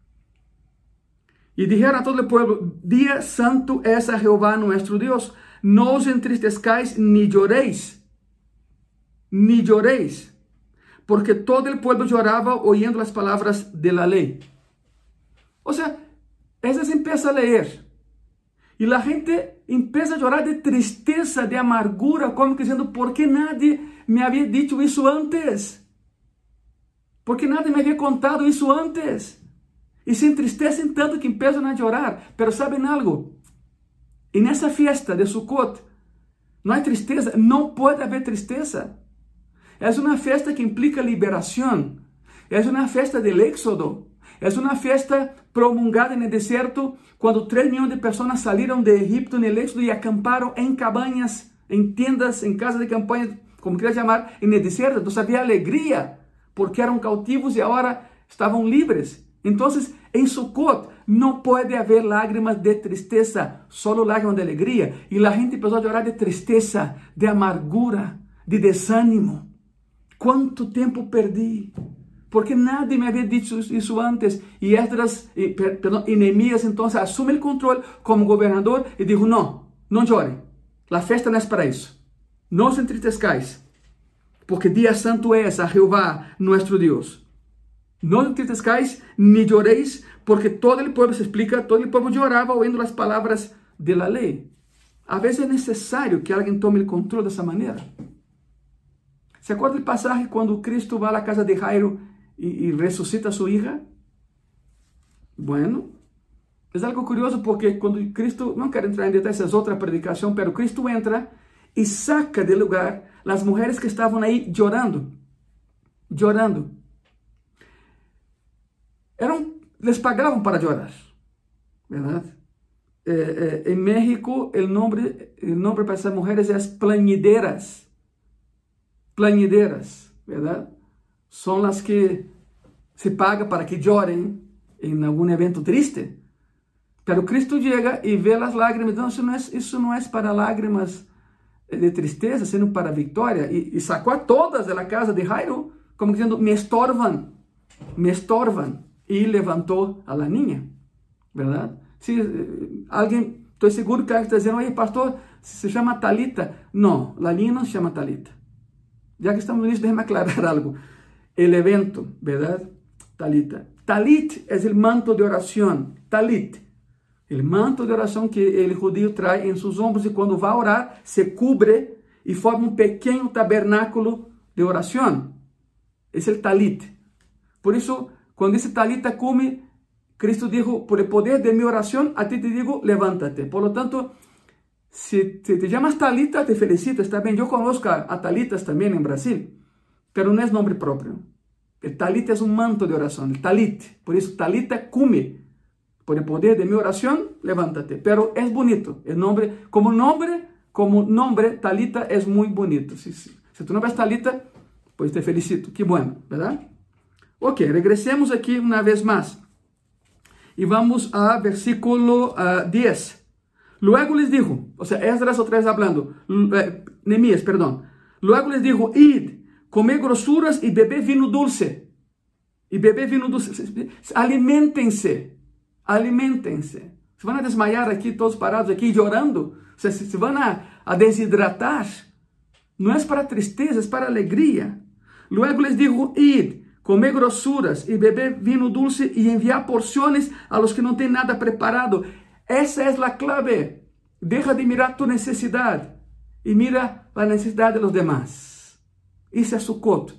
Y dijeron a todo el pueblo, día santo es a Jehová nuestro Dios, no os entristezcáis ni lloréis, ni lloréis, porque todo el pueblo lloraba oyendo las palabras de la ley. O sea, Esdras empieza a leer, y la gente empieza a llorar de tristeza, de amargura, como diciendo, ¿por qué nadie me había dicho eso antes? ¿Por qué nadie me había contado eso antes? Y se entristecen tanto que empiezan a llorar. Pero ¿saben algo? En esa fiesta de Sukkot no hay tristeza, no puede haber tristeza. Es una fiesta que implica liberación. Es una fiesta del éxodo. Es una fiesta promulgada en el desierto cuando tres millones de personas salieron de Egipto en el éxodo y acamparon en cabañas, en tiendas, en casas de campaña, como quieras llamar, en el desierto. Entonces había alegría porque eran cautivos y ahora estaban libres. Entonces, en Sukkot no puede haber lágrimas de tristeza, solo lágrimas de alegría. Y la gente empezó a llorar de tristeza, de amargura, de desánimo. ¿Cuánto tiempo perdí? Porque nadie me había dicho eso antes. Y Esdras, y, perdón, y Nehemías entonces asume el control como gobernador y dijo, no, no lloren. La fiesta no es para eso. No os entristezcáis, porque día santo es a Jehová nuestro Dios. No os entristezcáis ni lloréis, porque todo el pueblo, se explica, todo el pueblo lloraba oyendo las palabras de la ley. A veces es necesario que alguien tome el control de esa manera. ¿Se acuerda el pasaje cuando Cristo va a la casa de Jairo y, y resucita a su hija? Bueno, es algo curioso porque cuando Cristo, no quiero entrar en detalles, es otra predicación, pero Cristo entra y saca del lugar las mujeres que estaban ahí llorando, llorando. Eran, les pagaban para llorar, ¿verdad? Eh, eh, en México el nombre, el nombre para esas mujeres es plañideras. Plañideras, ¿verdad? Son las que se paga para que lloren en algún evento triste. Pero Cristo llega y ve las lágrimas. No, eso no es, eso no es para lágrimas de tristeza, sino para victoria. Y, y sacó a todas de la casa de Jairo, como diciendo, me estorban, me estorban. Y levantó a la niña, ¿verdad? Si eh, alguien, estoy seguro que alguien está diciendo, oye, pastor, se llama Talita. No, la niña no se llama Talita. Ya que estamos en eso, déjame aclarar algo. El evento, ¿verdad? Talita. Talit es el manto de oración. Talit. El manto de oración que el judío trae en sus hombros y cuando va a orar se cubre y forma un pequeño tabernáculo de oración. Es el talit. Por eso, cuando dice talita cumi, Cristo dijo, por el poder de mi oración, a ti te digo, levántate. Por lo tanto, si, si te llamas Talita, te felicito, está bien. Yo conozco a Talitas también en Brasil, pero no es nombre propio. El Talita es un manto de oración, el Talit. Por eso, Talita cumi, por el poder de mi oración, levántate. Pero es bonito, el nombre, como nombre, como nombre, Talita es muy bonito. Si, si, si tu nombre es Talita, pues te felicito. Qué bueno, ¿verdad? Ok, regresemos aquí una vez más. Y vamos a versículo uh, diez. Luego les dijo, o sea, Esdras otra vez hablando, uh, Nehemías, perdón. Luego les dijo, id, comed grosuras y bebed vino dulce. Y bebed vino dulce. Aliméntense, aliméntense. Se van a desmayar aquí, todos parados aquí llorando. O sea, se van a, a deshidratar. No es para tristeza, es para alegría. Luego les dijo, id, comer grosuras y beber vino dulce y enviar porciones a los que no tienen nada preparado. Esa es la clave. Deja de mirar tu necesidad y mira la necesidad de los demás. Eso es Sukkot.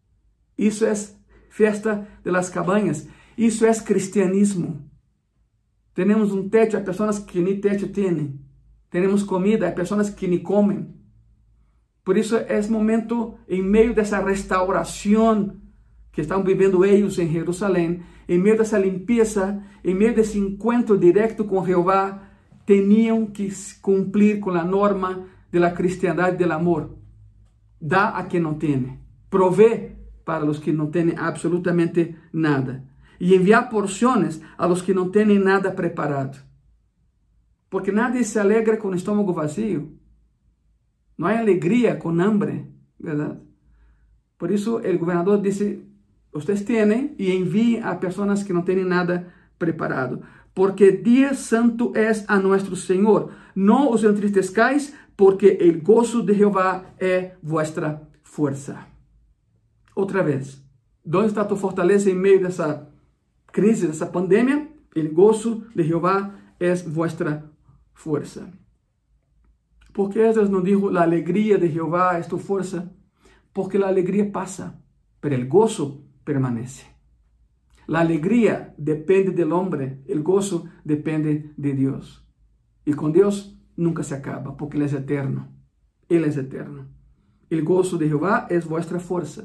Eso es fiesta de las cabañas. Eso es cristianismo. Tenemos un techo, hay personas que ni techo tienen. Tenemos comida, hay personas que ni comen. Por eso es momento, en medio de esa restauración que están viviendo ellos en Jerusalén, en medio de esa limpieza, en medio de ese encuentro directo con Jehová, tenían que cumplir con la norma de la cristiandad del amor. Da a quien no tiene, provee para los que no tienen absolutamente nada, y enviar porciones a los que no tienen nada preparado. Porque nadie se alegra con el estómago vacío. No hay alegría con hambre, ¿verdad? Por eso el gobernador dice, ustedes tienen y envíen a personas que no tienen nada preparado. Porque día santo es a nuestro Señor. No os entristezcáis, porque el gozo de Jehová es vuestra fuerza. Otra vez, ¿dónde está tu fortaleza en medio de esa crisis, de esa pandemia? El gozo de Jehová es vuestra fuerza. ¿Por qué Esdras nos dijo, la alegría de Jehová es tu fuerza? Porque la alegría pasa, pero el gozo permanece. La alegría depende del hombre, el gozo depende de Dios. Y con Dios nunca se acaba, porque Él es eterno. Él es eterno. El gozo de Jehová es vuestra fuerza.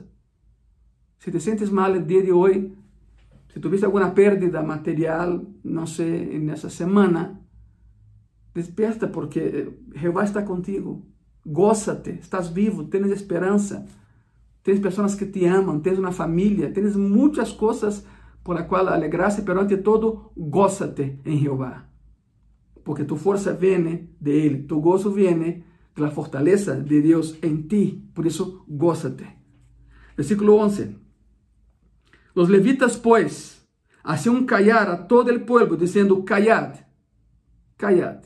Si te sientes mal el día de hoy, si tuviste alguna pérdida material, no sé, en esa semana, despierta porque Jehová está contigo. Gózate, estás vivo, tienes esperanza. Tienes personas que te aman, tienes una familia, tienes muchas cosas por las cuales alegrarse, pero ante todo, gózate en Jehová. Porque tu fuerza viene de Él, tu gozo viene de la fortaleza de Dios en ti. Por eso, gózate. Versículo once. Los levitas, pues, hacían callar a todo el pueblo, diciendo, callad, callad,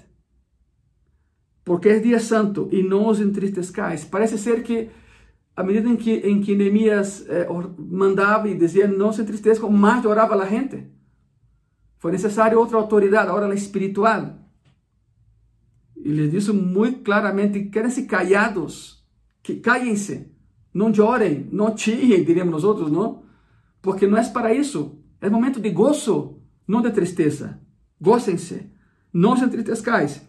porque es día santo y no os entristezcáis. Parece ser que a medida en que, en que Nehemías eh, mandaba y decía no se entristezcan, más lloraba la gente. Fue necesaria otra autoridad, ahora la espiritual. Y les dice muy claramente, quédense callados, que cállense, no lloren, no chillen, diríamos nosotros, ¿no? Porque no es para eso, es momento de gozo, no de tristeza. Gócense, no se entristezcáis.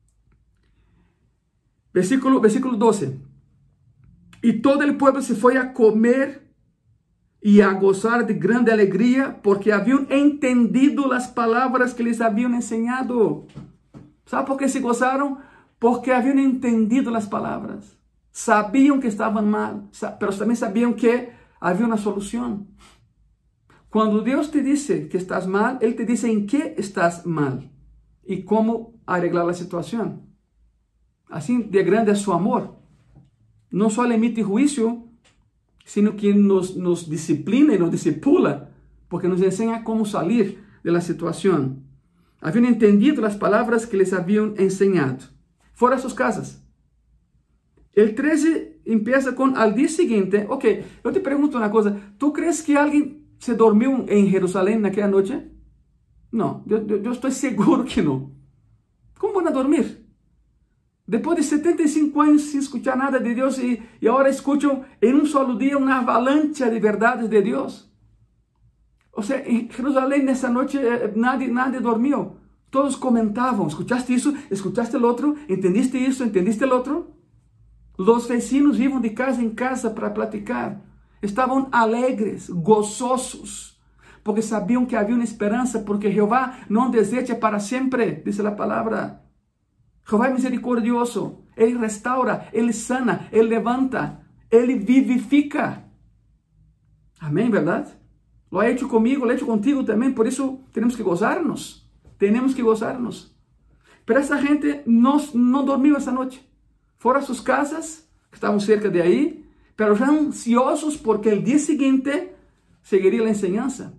Versículo, versículo doce. Y todo el pueblo se fue a comer y a gozar de grande alegría, porque habían entendido las palabras que les habían enseñado. ¿Sabe por qué se gozaron? Porque habían entendido las palabras. Sabían que estaban mal, pero también sabían que había una solución. Cuando Dios te dice que estás mal, Él te dice en qué estás mal y cómo arreglar la situación. Así de grande es su amor. No solo emite juicio, sino que nos, nos disciplina y nos discipula, porque nos enseña cómo salir de la situación. Habían entendido las palabras que les habían enseñado. Fuera a sus casas. El trece empieza con al día siguiente. Ok, yo te pregunto una cosa. ¿Tú crees que alguien se dormiu em Jerusalém naquela noite? Não, eu, eu, eu estou seguro que não. Como vão dormir? Depois de setenta e cinco anos sem escutar nada de Deus e, e agora escutam em um solo dia uma avalanche de verdades de Deus. Ou seja, em Jerusalém nessa noite nadie, nadie dormiu. Todos comentavam, escutaste isso, escutaste o outro, entendiste isso, entendiste o outro. Os vecinos iam de casa em casa para platicar. Estavam alegres, gozosos, porque sabiam que havia uma esperança, porque Jeová não deseja para sempre, diz a palavra. Jeová é misericordioso, Ele restaura, Ele sana, Ele levanta, Ele vivifica. Amém, verdade? Lo ha hecho comigo, lo ha hecho contigo também, por isso temos que gozarnos, temos que gozarnos. Pero essa gente não, não dormiu essa noite. Foram a suas casas, que estavam cerca de aí, pero já ansiosos porque o dia seguinte seguiria a enseñanza.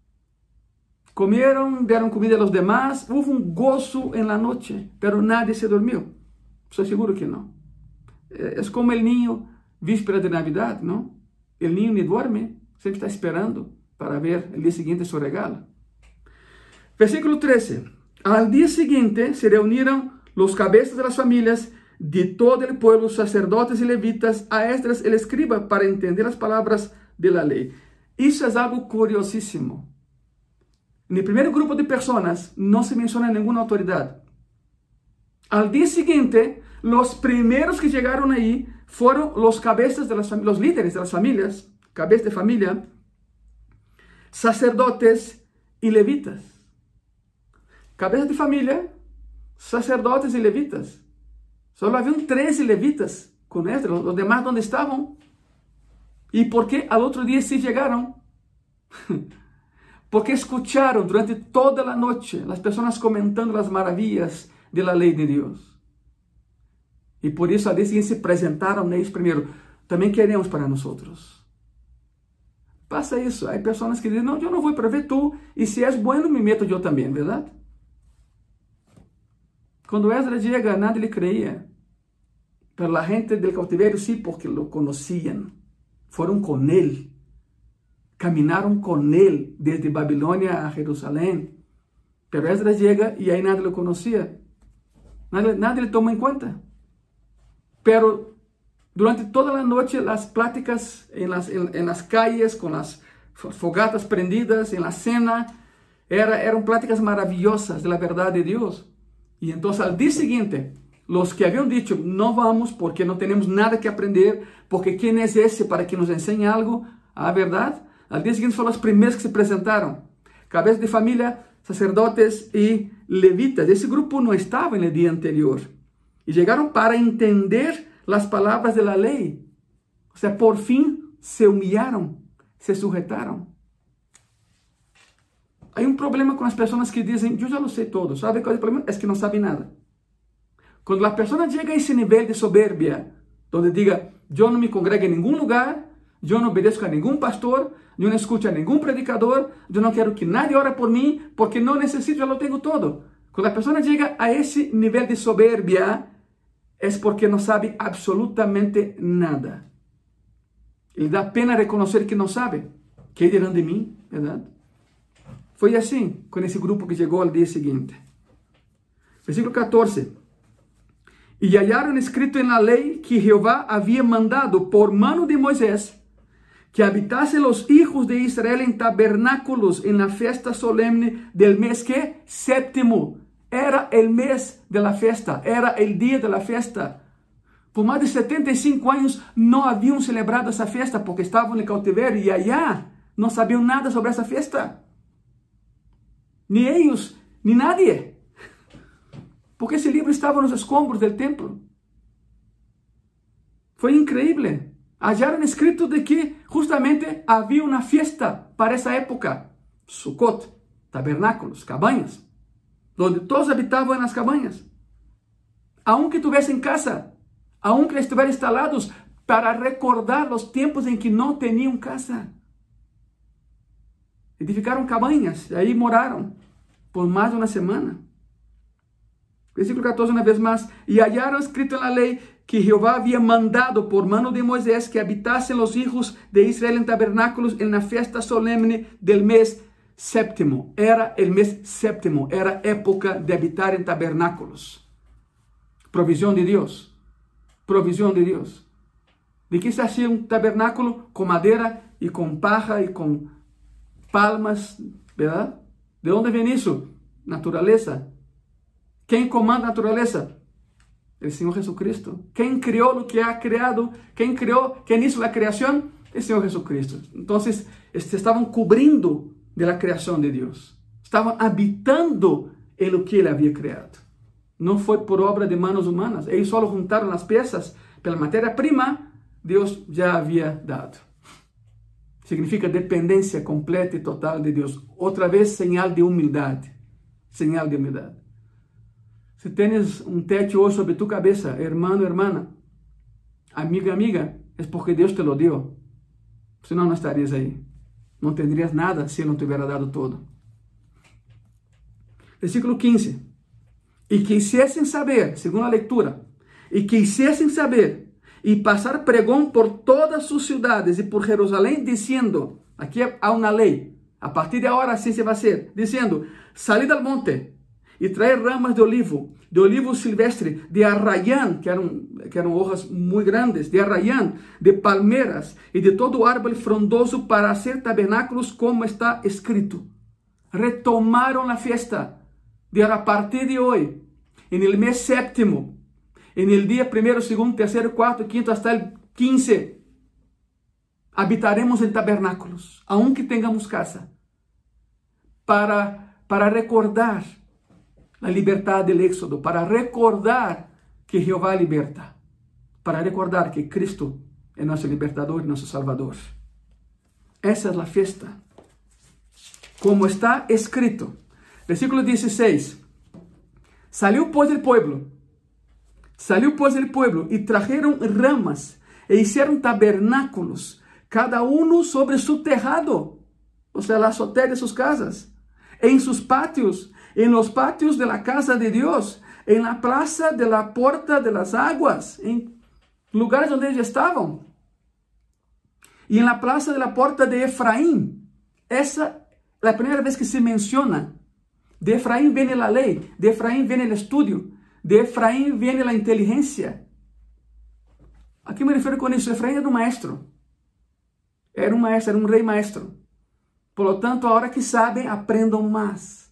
Comieron, dieron comida a los demás, hubo un gozo en la noche, pero nadie se durmió. Estoy seguro que no. Es como el niño víspera de Navidad, ¿no? El niño ni duerme, siempre está esperando para ver el día siguiente su regalo. Versículo trece. Al día siguiente se reunieron los cabezas de las familias de todo el pueblo, sacerdotes y levitas, a Esdras el escriba, para entender las palabras de la ley. Eso es algo curiosísimo. En el primer grupo de personas no se menciona ninguna autoridad. Al día siguiente, los primeros que llegaron ahí fueron los cabezas de las familias, los líderes de las familias, cabezas de familia, sacerdotes y levitas. Cabezas de familia, sacerdotes y levitas. Solo habían trece levitas con Esdras, los demás ¿dónde estaban? ¿Y por qué al otro día sí llegaron? Porque escucharon durante toda la noche las personas comentando las maravillas de la ley de Dios. Y por eso al día siguiente se presentaron ellos primero. También queremos para nosotros. Pasa eso. Hay personas que dicen, no, yo no voy para ver tú. Y si es bueno, me meto yo también, ¿verdad? Cuando Esdras llega, nadie le creía. Pero la gente del cautiverio sí, porque lo conocían. Fueron con él. Caminaron con él desde Babilonia a Jerusalén. Pero Esdras llega y ahí nadie lo conocía. Nadie, nadie le toma en cuenta. Pero durante toda la noche las pláticas en las, en, en las calles, con las fogatas prendidas, en la cena, era, eran pláticas maravillosas de la verdad de Dios. Y entonces al día siguiente, los que habían dicho, no vamos porque no tenemos nada que aprender, porque ¿quién es ese para que nos enseñe algo? Ah, ¿verdad? Al día siguiente fueron los primeros que se presentaron. Cabezas de familia, sacerdotes y levitas. Ese grupo no estaba en el día anterior. Y llegaron para entender las palabras de la ley. O sea, por fin se humillaron, se sujetaron. Hay un problema con las personas que dicen, yo ya lo sé todo. ¿Sabe cuál es el problema? Es que no saben nada. Cuando la persona llega a ese nivel de soberbia, donde diga, yo no me congrego en ningún lugar, yo no obedezco a ningún pastor, yo no escucho a ningún predicador, yo no quiero que nadie ore por mí, porque no necesito, ya lo tengo todo. Cuando la persona llega a ese nivel de soberbia, es porque no sabe absolutamente nada. Y da pena reconocer que no sabe. ¿Qué dirán de mí? ¿Verdad? Fue así con ese grupo que llegó al día siguiente. Versículo catorce. Y hallaron escrito en la ley que Jehová había mandado por mano de Moisés que habitase los hijos de Israel en tabernáculos en la fiesta solemne del mes que séptimo. Era el mes de la fiesta, era el día de la fiesta. Por más de setenta y cinco años no habían celebrado esa fiesta porque estaban en el cautiverio y allá no sabían nada sobre esa fiesta. Ni ellos, ni nadie. Porque ese libro estaba en los escombros del templo. Fue increíble. Hallaron escrito de que justamente había una fiesta para esa época. Sukkot, tabernáculos, cabañas, donde todos habitaban en las cabañas. Aunque tuviesen casa, aunque estuvieran instalados para recordar los tiempos en que no tenían casa. Edificaron cabañas y ahí moraron por más de una semana. Versículo catorce una vez más. Y hallaron escrito en la ley que Jehová había mandado por mano de Moisés que habitasen los hijos de Israel en tabernáculos en la fiesta solemne del mes séptimo. Era el mes séptimo, era época de habitar en tabernáculos. Provisión de Dios, provisión de Dios. ¿De qué se hacía un tabernáculo? Con madera y con paja y con palmas, ¿verdad? ¿De dónde viene eso? Naturaleza. ¿Quién comanda naturaleza? El Señor Jesucristo. ¿Quién creó lo que ha creado? ¿Quién creó? ¿Quién hizo la creación? El Señor Jesucristo. Entonces, este, estaban cubriendo de la creación de Dios. Estaban habitando en lo que Él había creado. No fue por obra de manos humanas. Ellos solo juntaron las piezas, pero la materia prima Dios ya había dado. Significa dependencia completa y total de Dios. Otra vez, señal de humildad. Señal de humildad. Si tienes un techo hoy sobre tu cabeza, hermano, hermana, amiga, amiga, es porque Dios te lo dio. Si no, no estarías ahí. No tendrías nada si Él no te hubiera dado todo. Versículo quince. Y quisiesen saber, según la lectura, y quisiesen saber y pasar pregón por todas sus ciudades y por Jerusalén, diciendo, aquí hay una ley, a partir de ahora así se va a hacer, diciendo, salid al monte, y traer ramas de olivo, de olivo silvestre, de arrayán, que eran, que eran hojas muy grandes, de arrayán, de palmeras y de todo árbol frondoso para hacer tabernáculos como está escrito. Retomaron la fiesta de a partir de hoy, en el mes séptimo, en el día primero, segundo, tercero, cuarto, quinto, hasta el quince, habitaremos en tabernáculos, aunque tengamos casa, para, para recordar la libertad del éxodo, para recordar que Jehová liberta, para recordar que Cristo es nuestro libertador y nuestro salvador. Esa es la fiesta, como está escrito. Versículo dieciséis. Salió pues el pueblo, salió pues el pueblo y trajeron ramas e hicieron tabernáculos, cada uno sobre su tejado, o sea, la azotea de sus casas, en sus patios, en los patios de la casa de Dios, en la plaza de la puerta de las aguas, en lugares donde ellos estaban, y en la plaza de la puerta de Efraín. Esa es la primera vez que se menciona. De Efraín viene la ley, de Efraín viene el estudio, de Efraín viene la inteligencia. ¿A qué me refiero con eso? Efraín era un maestro, era un maestro, era un rey maestro. Por lo tanto, ahora que saben, aprendan más.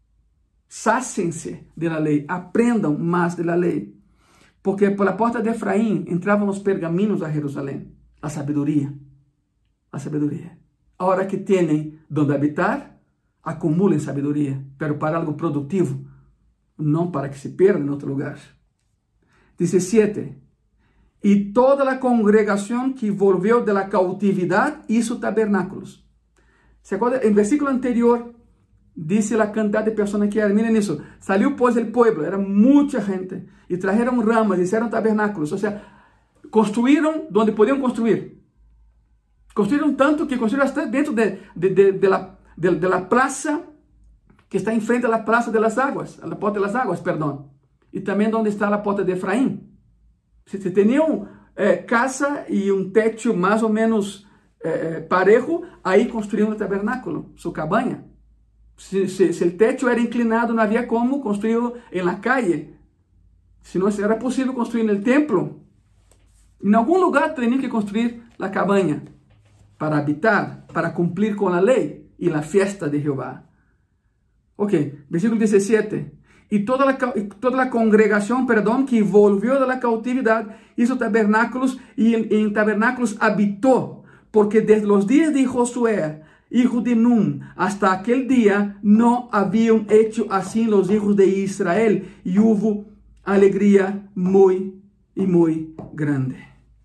Sáciense de la ley, aprendan más de la ley. Porque por la puerta de Efraín entraban los pergaminos a Jerusalén, la sabiduría, la sabiduría. Ahora que tienen donde habitar, acumulen sabiduría, pero para algo productivo, no para que se pierda en otro lugar. diecisiete. Y toda la congregación que volvió de la cautividad hizo tabernáculos. ¿Se acuerdan? En el versículo anterior dice la cantidad de personas que eran. Miren eso. Salió pues el pueblo, era mucha gente, y trajeron ramas, hicieron tabernáculos. O sea, construyeron donde podían construir. Construyeron tanto que construyeron hasta dentro de, de, de, de, la, de, de la plaza que está enfrente a la plaza de las aguas, a la puerta de las aguas, perdón. Y también donde está la puerta de Efraín. Si, si tenían eh, casa y un techo más o menos eh, parejo, ahí construían el tabernáculo, su cabaña. Si, si, si el techo era inclinado, no había cómo construirlo en la calle. Si no era posible construir en el templo. En algún lugar tenían que construir la cabaña para habitar, para cumplir con la ley y la fiesta de Jehová. Ok, versículo diecisiete. Y toda la, toda la congregación, perdón, que volvió de la cautividad, hizo tabernáculos y en, en tabernáculos habitó, porque desde los días de Josué, hijo de Nun, hasta aquel día no habían hecho así los hijos de Israel, y hubo alegría muy y muy grande.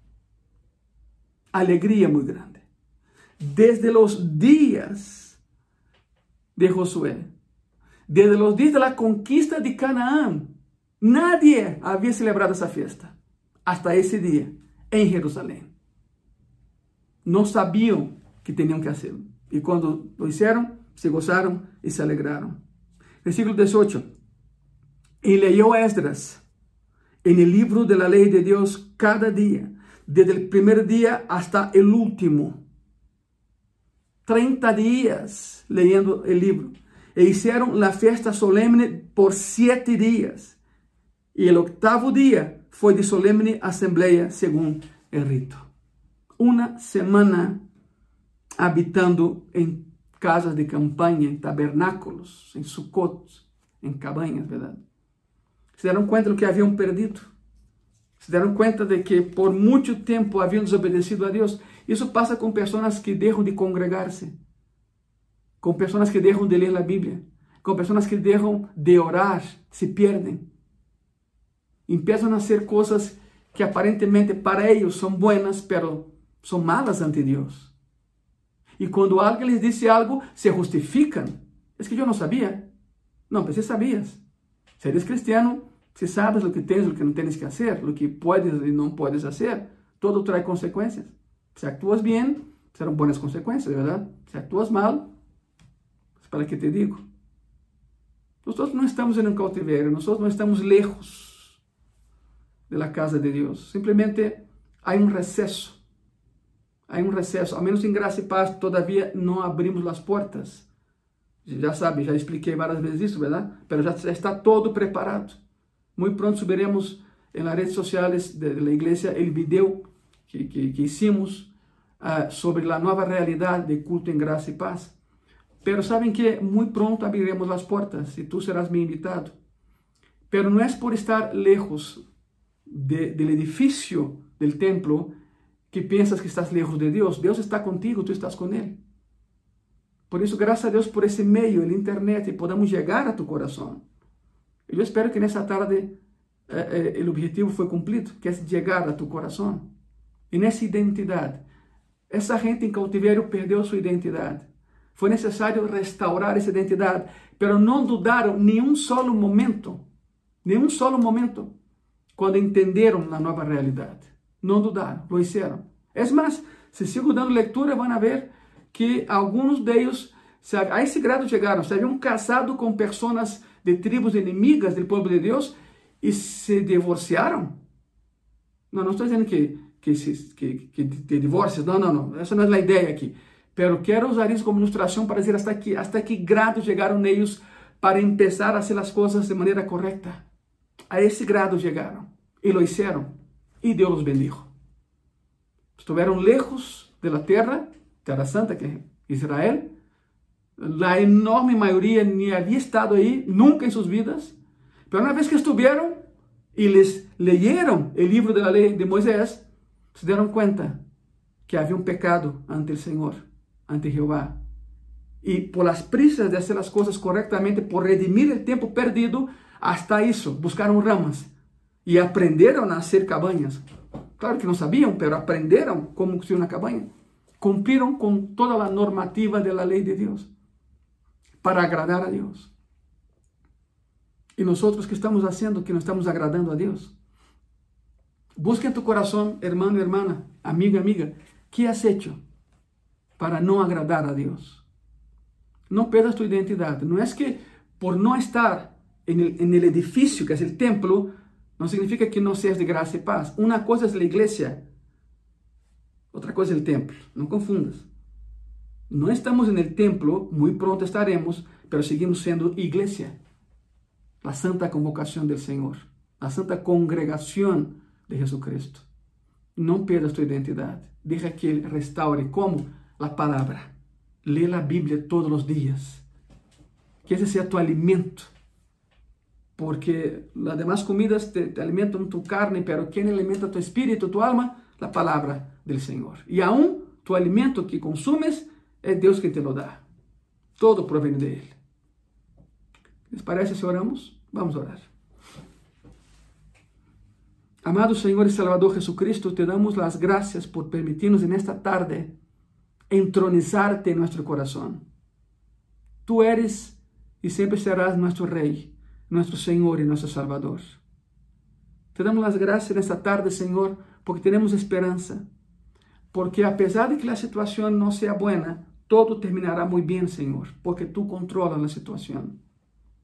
Alegría muy grande. Desde los días de Josué, desde los días de la conquista de Canaán, nadie había celebrado esa fiesta hasta ese día en Jerusalén. No sabían que tenían que hacerlo. Y cuando lo hicieron, se gozaron y se alegraron. Versículo dieciocho. Y leyó Esdras en el libro de la ley de Dios cada día, desde el primer día hasta el último. treinta días leyendo el libro. E hicieron la fiesta solemne por siete días. Y el octavo día fue de solemne asamblea según el rito. Una semana habitando en casas de campaña, en tabernáculos, en Sucot, en cabañas, ¿verdad? Se dieron cuenta de lo que habían perdido. Se dieron cuenta de que por mucho tiempo habían desobedecido a Dios. Eso pasa con personas que dejan de congregarse, con personas que dejan de leer la Biblia, con personas que dejan de orar, se pierden. Empiezan a hacer cosas que aparentemente para ellos son buenas, pero son malas ante Dios. Y cuando alguien les dice algo, se justifican. Es que yo no sabía. No, pues sí sabías. Si eres cristiano, si sabes lo que tienes, lo que no tienes que hacer, lo que puedes y no puedes hacer, todo trae consecuencias. Si actúas bien, serán buenas consecuencias, ¿verdad? Si actúas mal, pues ¿para qué te digo? Nosotros no estamos en un cautiverio, nosotros no estamos lejos de la casa de Dios. Simplemente hay un receso. Hay un receso. A menos en Gracia y Paz todavía no abrimos las puertas. Ya sabe, ya expliqué varias veces eso, ¿verdad? Pero ya está todo preparado. Muy pronto subiremos en las redes sociales de, de la iglesia el video que, que, que hicimos uh, sobre la nueva realidad de culto en Gracia y Paz. Pero saben que muy pronto abriremos las puertas y tú serás mi invitado. Pero no es por estar lejos de, del edificio del templo que piensas que estás lejos de Dios. Dios está contigo, tú estás con Él. Por eso, gracias a Dios por ese medio, el internet, y podamos llegar a tu corazón. Yo espero que en esta tarde eh, eh, el objetivo fue cumplido, que es llegar a tu corazón. En esa identidad. Esa gente en cautiverio perdió su identidad. Fue necesario restaurar esa identidad, pero no dudaron ni un solo momento, ni un solo momento, cuando entendieron la nueva realidad. No dudaron, lo hicieron. Es más, si sigo dando lectura, van a ver que algunos de ellos a ese grado llegaron, se habían casado con personas de tribus enemigas del pueblo de Dios y se divorciaron. No, no estoy diciendo que, que, que, que te divorcies, no, no, no, esa no es la idea aquí. Pero quiero usar eso como ilustración para decir hasta qué, hasta qué grado llegaron ellos para empezar a hacer las cosas de manera correcta. A ese grado llegaron y lo hicieron y Dios los bendijo. Estuvieron lejos de la tierra, Tierra Santa, que es Israel. La enorme mayoría ni había estado ahí nunca en sus vidas. Pero una vez que estuvieron y les leyeron el libro de la ley de Moisés, se dieron cuenta que había un pecado ante el Señor, ante Jehová. Y por las prisas de hacer las cosas correctamente, por redimir el tiempo perdido, hasta eso, buscaron ramas y aprendieron a hacer cabañas. Claro que no sabían, pero aprendieron cómo construir una cabaña. Cumplieron con toda la normativa de la ley de Dios para agradar a Dios. ¿Y nosotros qué estamos haciendo que no estamos agradando a Dios? Busca en tu corazón, hermano y hermana, amiga, amiga, ¿qué has hecho para no agradar a Dios? No pierdas tu identidad. No es que por no estar en el, en el edificio que es el templo, no significa que no seas de gracia y paz. Una cosa es la iglesia, otra cosa es el templo. No confundas. No estamos en el templo, muy pronto estaremos, pero seguimos siendo iglesia. La santa convocación del Señor, la santa congregación de Jesucristo. No pierdas tu identidad. Deja que Él restaure. ¿Cómo? La palabra. Lee la Biblia todos los días. Que ese sea tu alimento. Porque las demás comidas te, te alimentan tu carne, pero ¿quién alimenta tu espíritu, tu alma? La palabra del Señor. Y aún tu alimento que consumes es Dios que te lo da. Todo proviene de Él. ¿Les parece si oramos? Vamos a orar. Amado Señor y Salvador Jesucristo, te damos las gracias por permitirnos en esta tarde entronizarte en nuestro corazón. Tú eres y siempre serás nuestro Rey, nuestro Señor y nuestro Salvador. Te damos las gracias en esta tarde, Señor, porque tenemos esperanza. Porque a pesar de que la situación no sea buena, todo terminará muy bien, Señor, porque tú controlas la situación.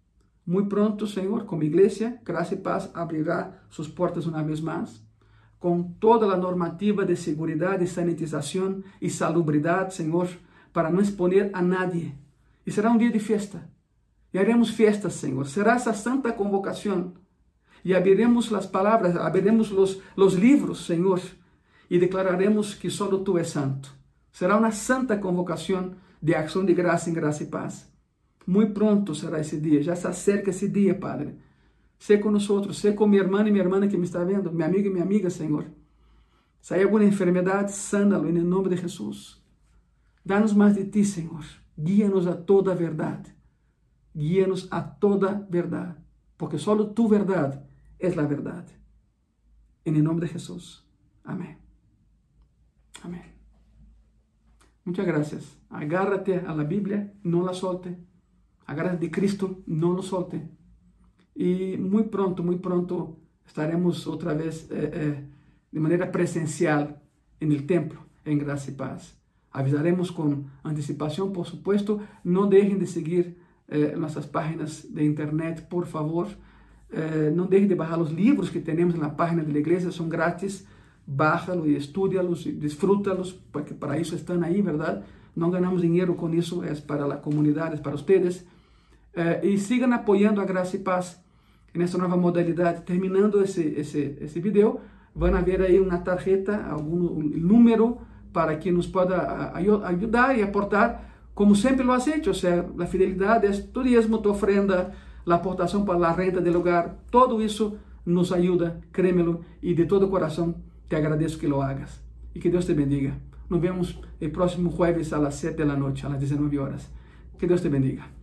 Muy pronto, Señor, como iglesia, Gracia y Paz abrirá sus puertas una vez más, con toda la normativa de seguridad y sanitización y salubridad, Señor, para no exponer a nadie. Y será un día de fiesta. Y haremos fiestas, Señor. Será esa santa convocación. Y abriremos las palabras, abriremos los, los libros, Señor, y declararemos que solo tú es santo. Será una santa convocación de acción de gracia en Gracia y Paz. Muy pronto será ese día, ya se acerca ese día, Padre. Sé con nosotros, sé con mi hermano y mi hermana que me está viendo, mi amigo y mi amiga, Señor. Si hay alguna enfermedad, sánalo en el nombre de Jesús. Danos más de ti, Señor. Guíanos a toda verdad. Guíanos a toda verdad, porque solo tu verdad es la verdad. En el nombre de Jesús. Amén. Amén. Muchas gracias. Agárrate a la Biblia, no la solte. Agárrate de Cristo, no lo solte. Y muy pronto, muy pronto estaremos otra vez eh, eh, de manera presencial en el templo, en Gracia y Paz. Avisaremos con anticipación, por supuesto. No dejen de seguir eh, nuestras páginas de internet, por favor. Eh, no dejen de bajar los libros que tenemos en la página de la iglesia, son gratis. Bájalos y estúdialos y disfrútalos, porque para eso están ahí, ¿verdad? No ganamos dinero con eso, es para la comunidad, es para ustedes. Eh, y sigan apoyando a Gracia y Paz en esta nueva modalidad. Terminando ese, ese, ese video, van a ver ahí una tarjeta, algún un número para que nos pueda ayudar y aportar, como siempre lo has hecho. O sea, la fidelidad es tu diezmo, tu ofrenda, la aportación para la renta del hogar. Todo eso nos ayuda, créemelo, y de todo corazón te agradezco que lo hagas. Y que Dios te bendiga. Nos vemos el próximo jueves a las siete de la noche, a las diecinueve horas. Que Dios te bendiga.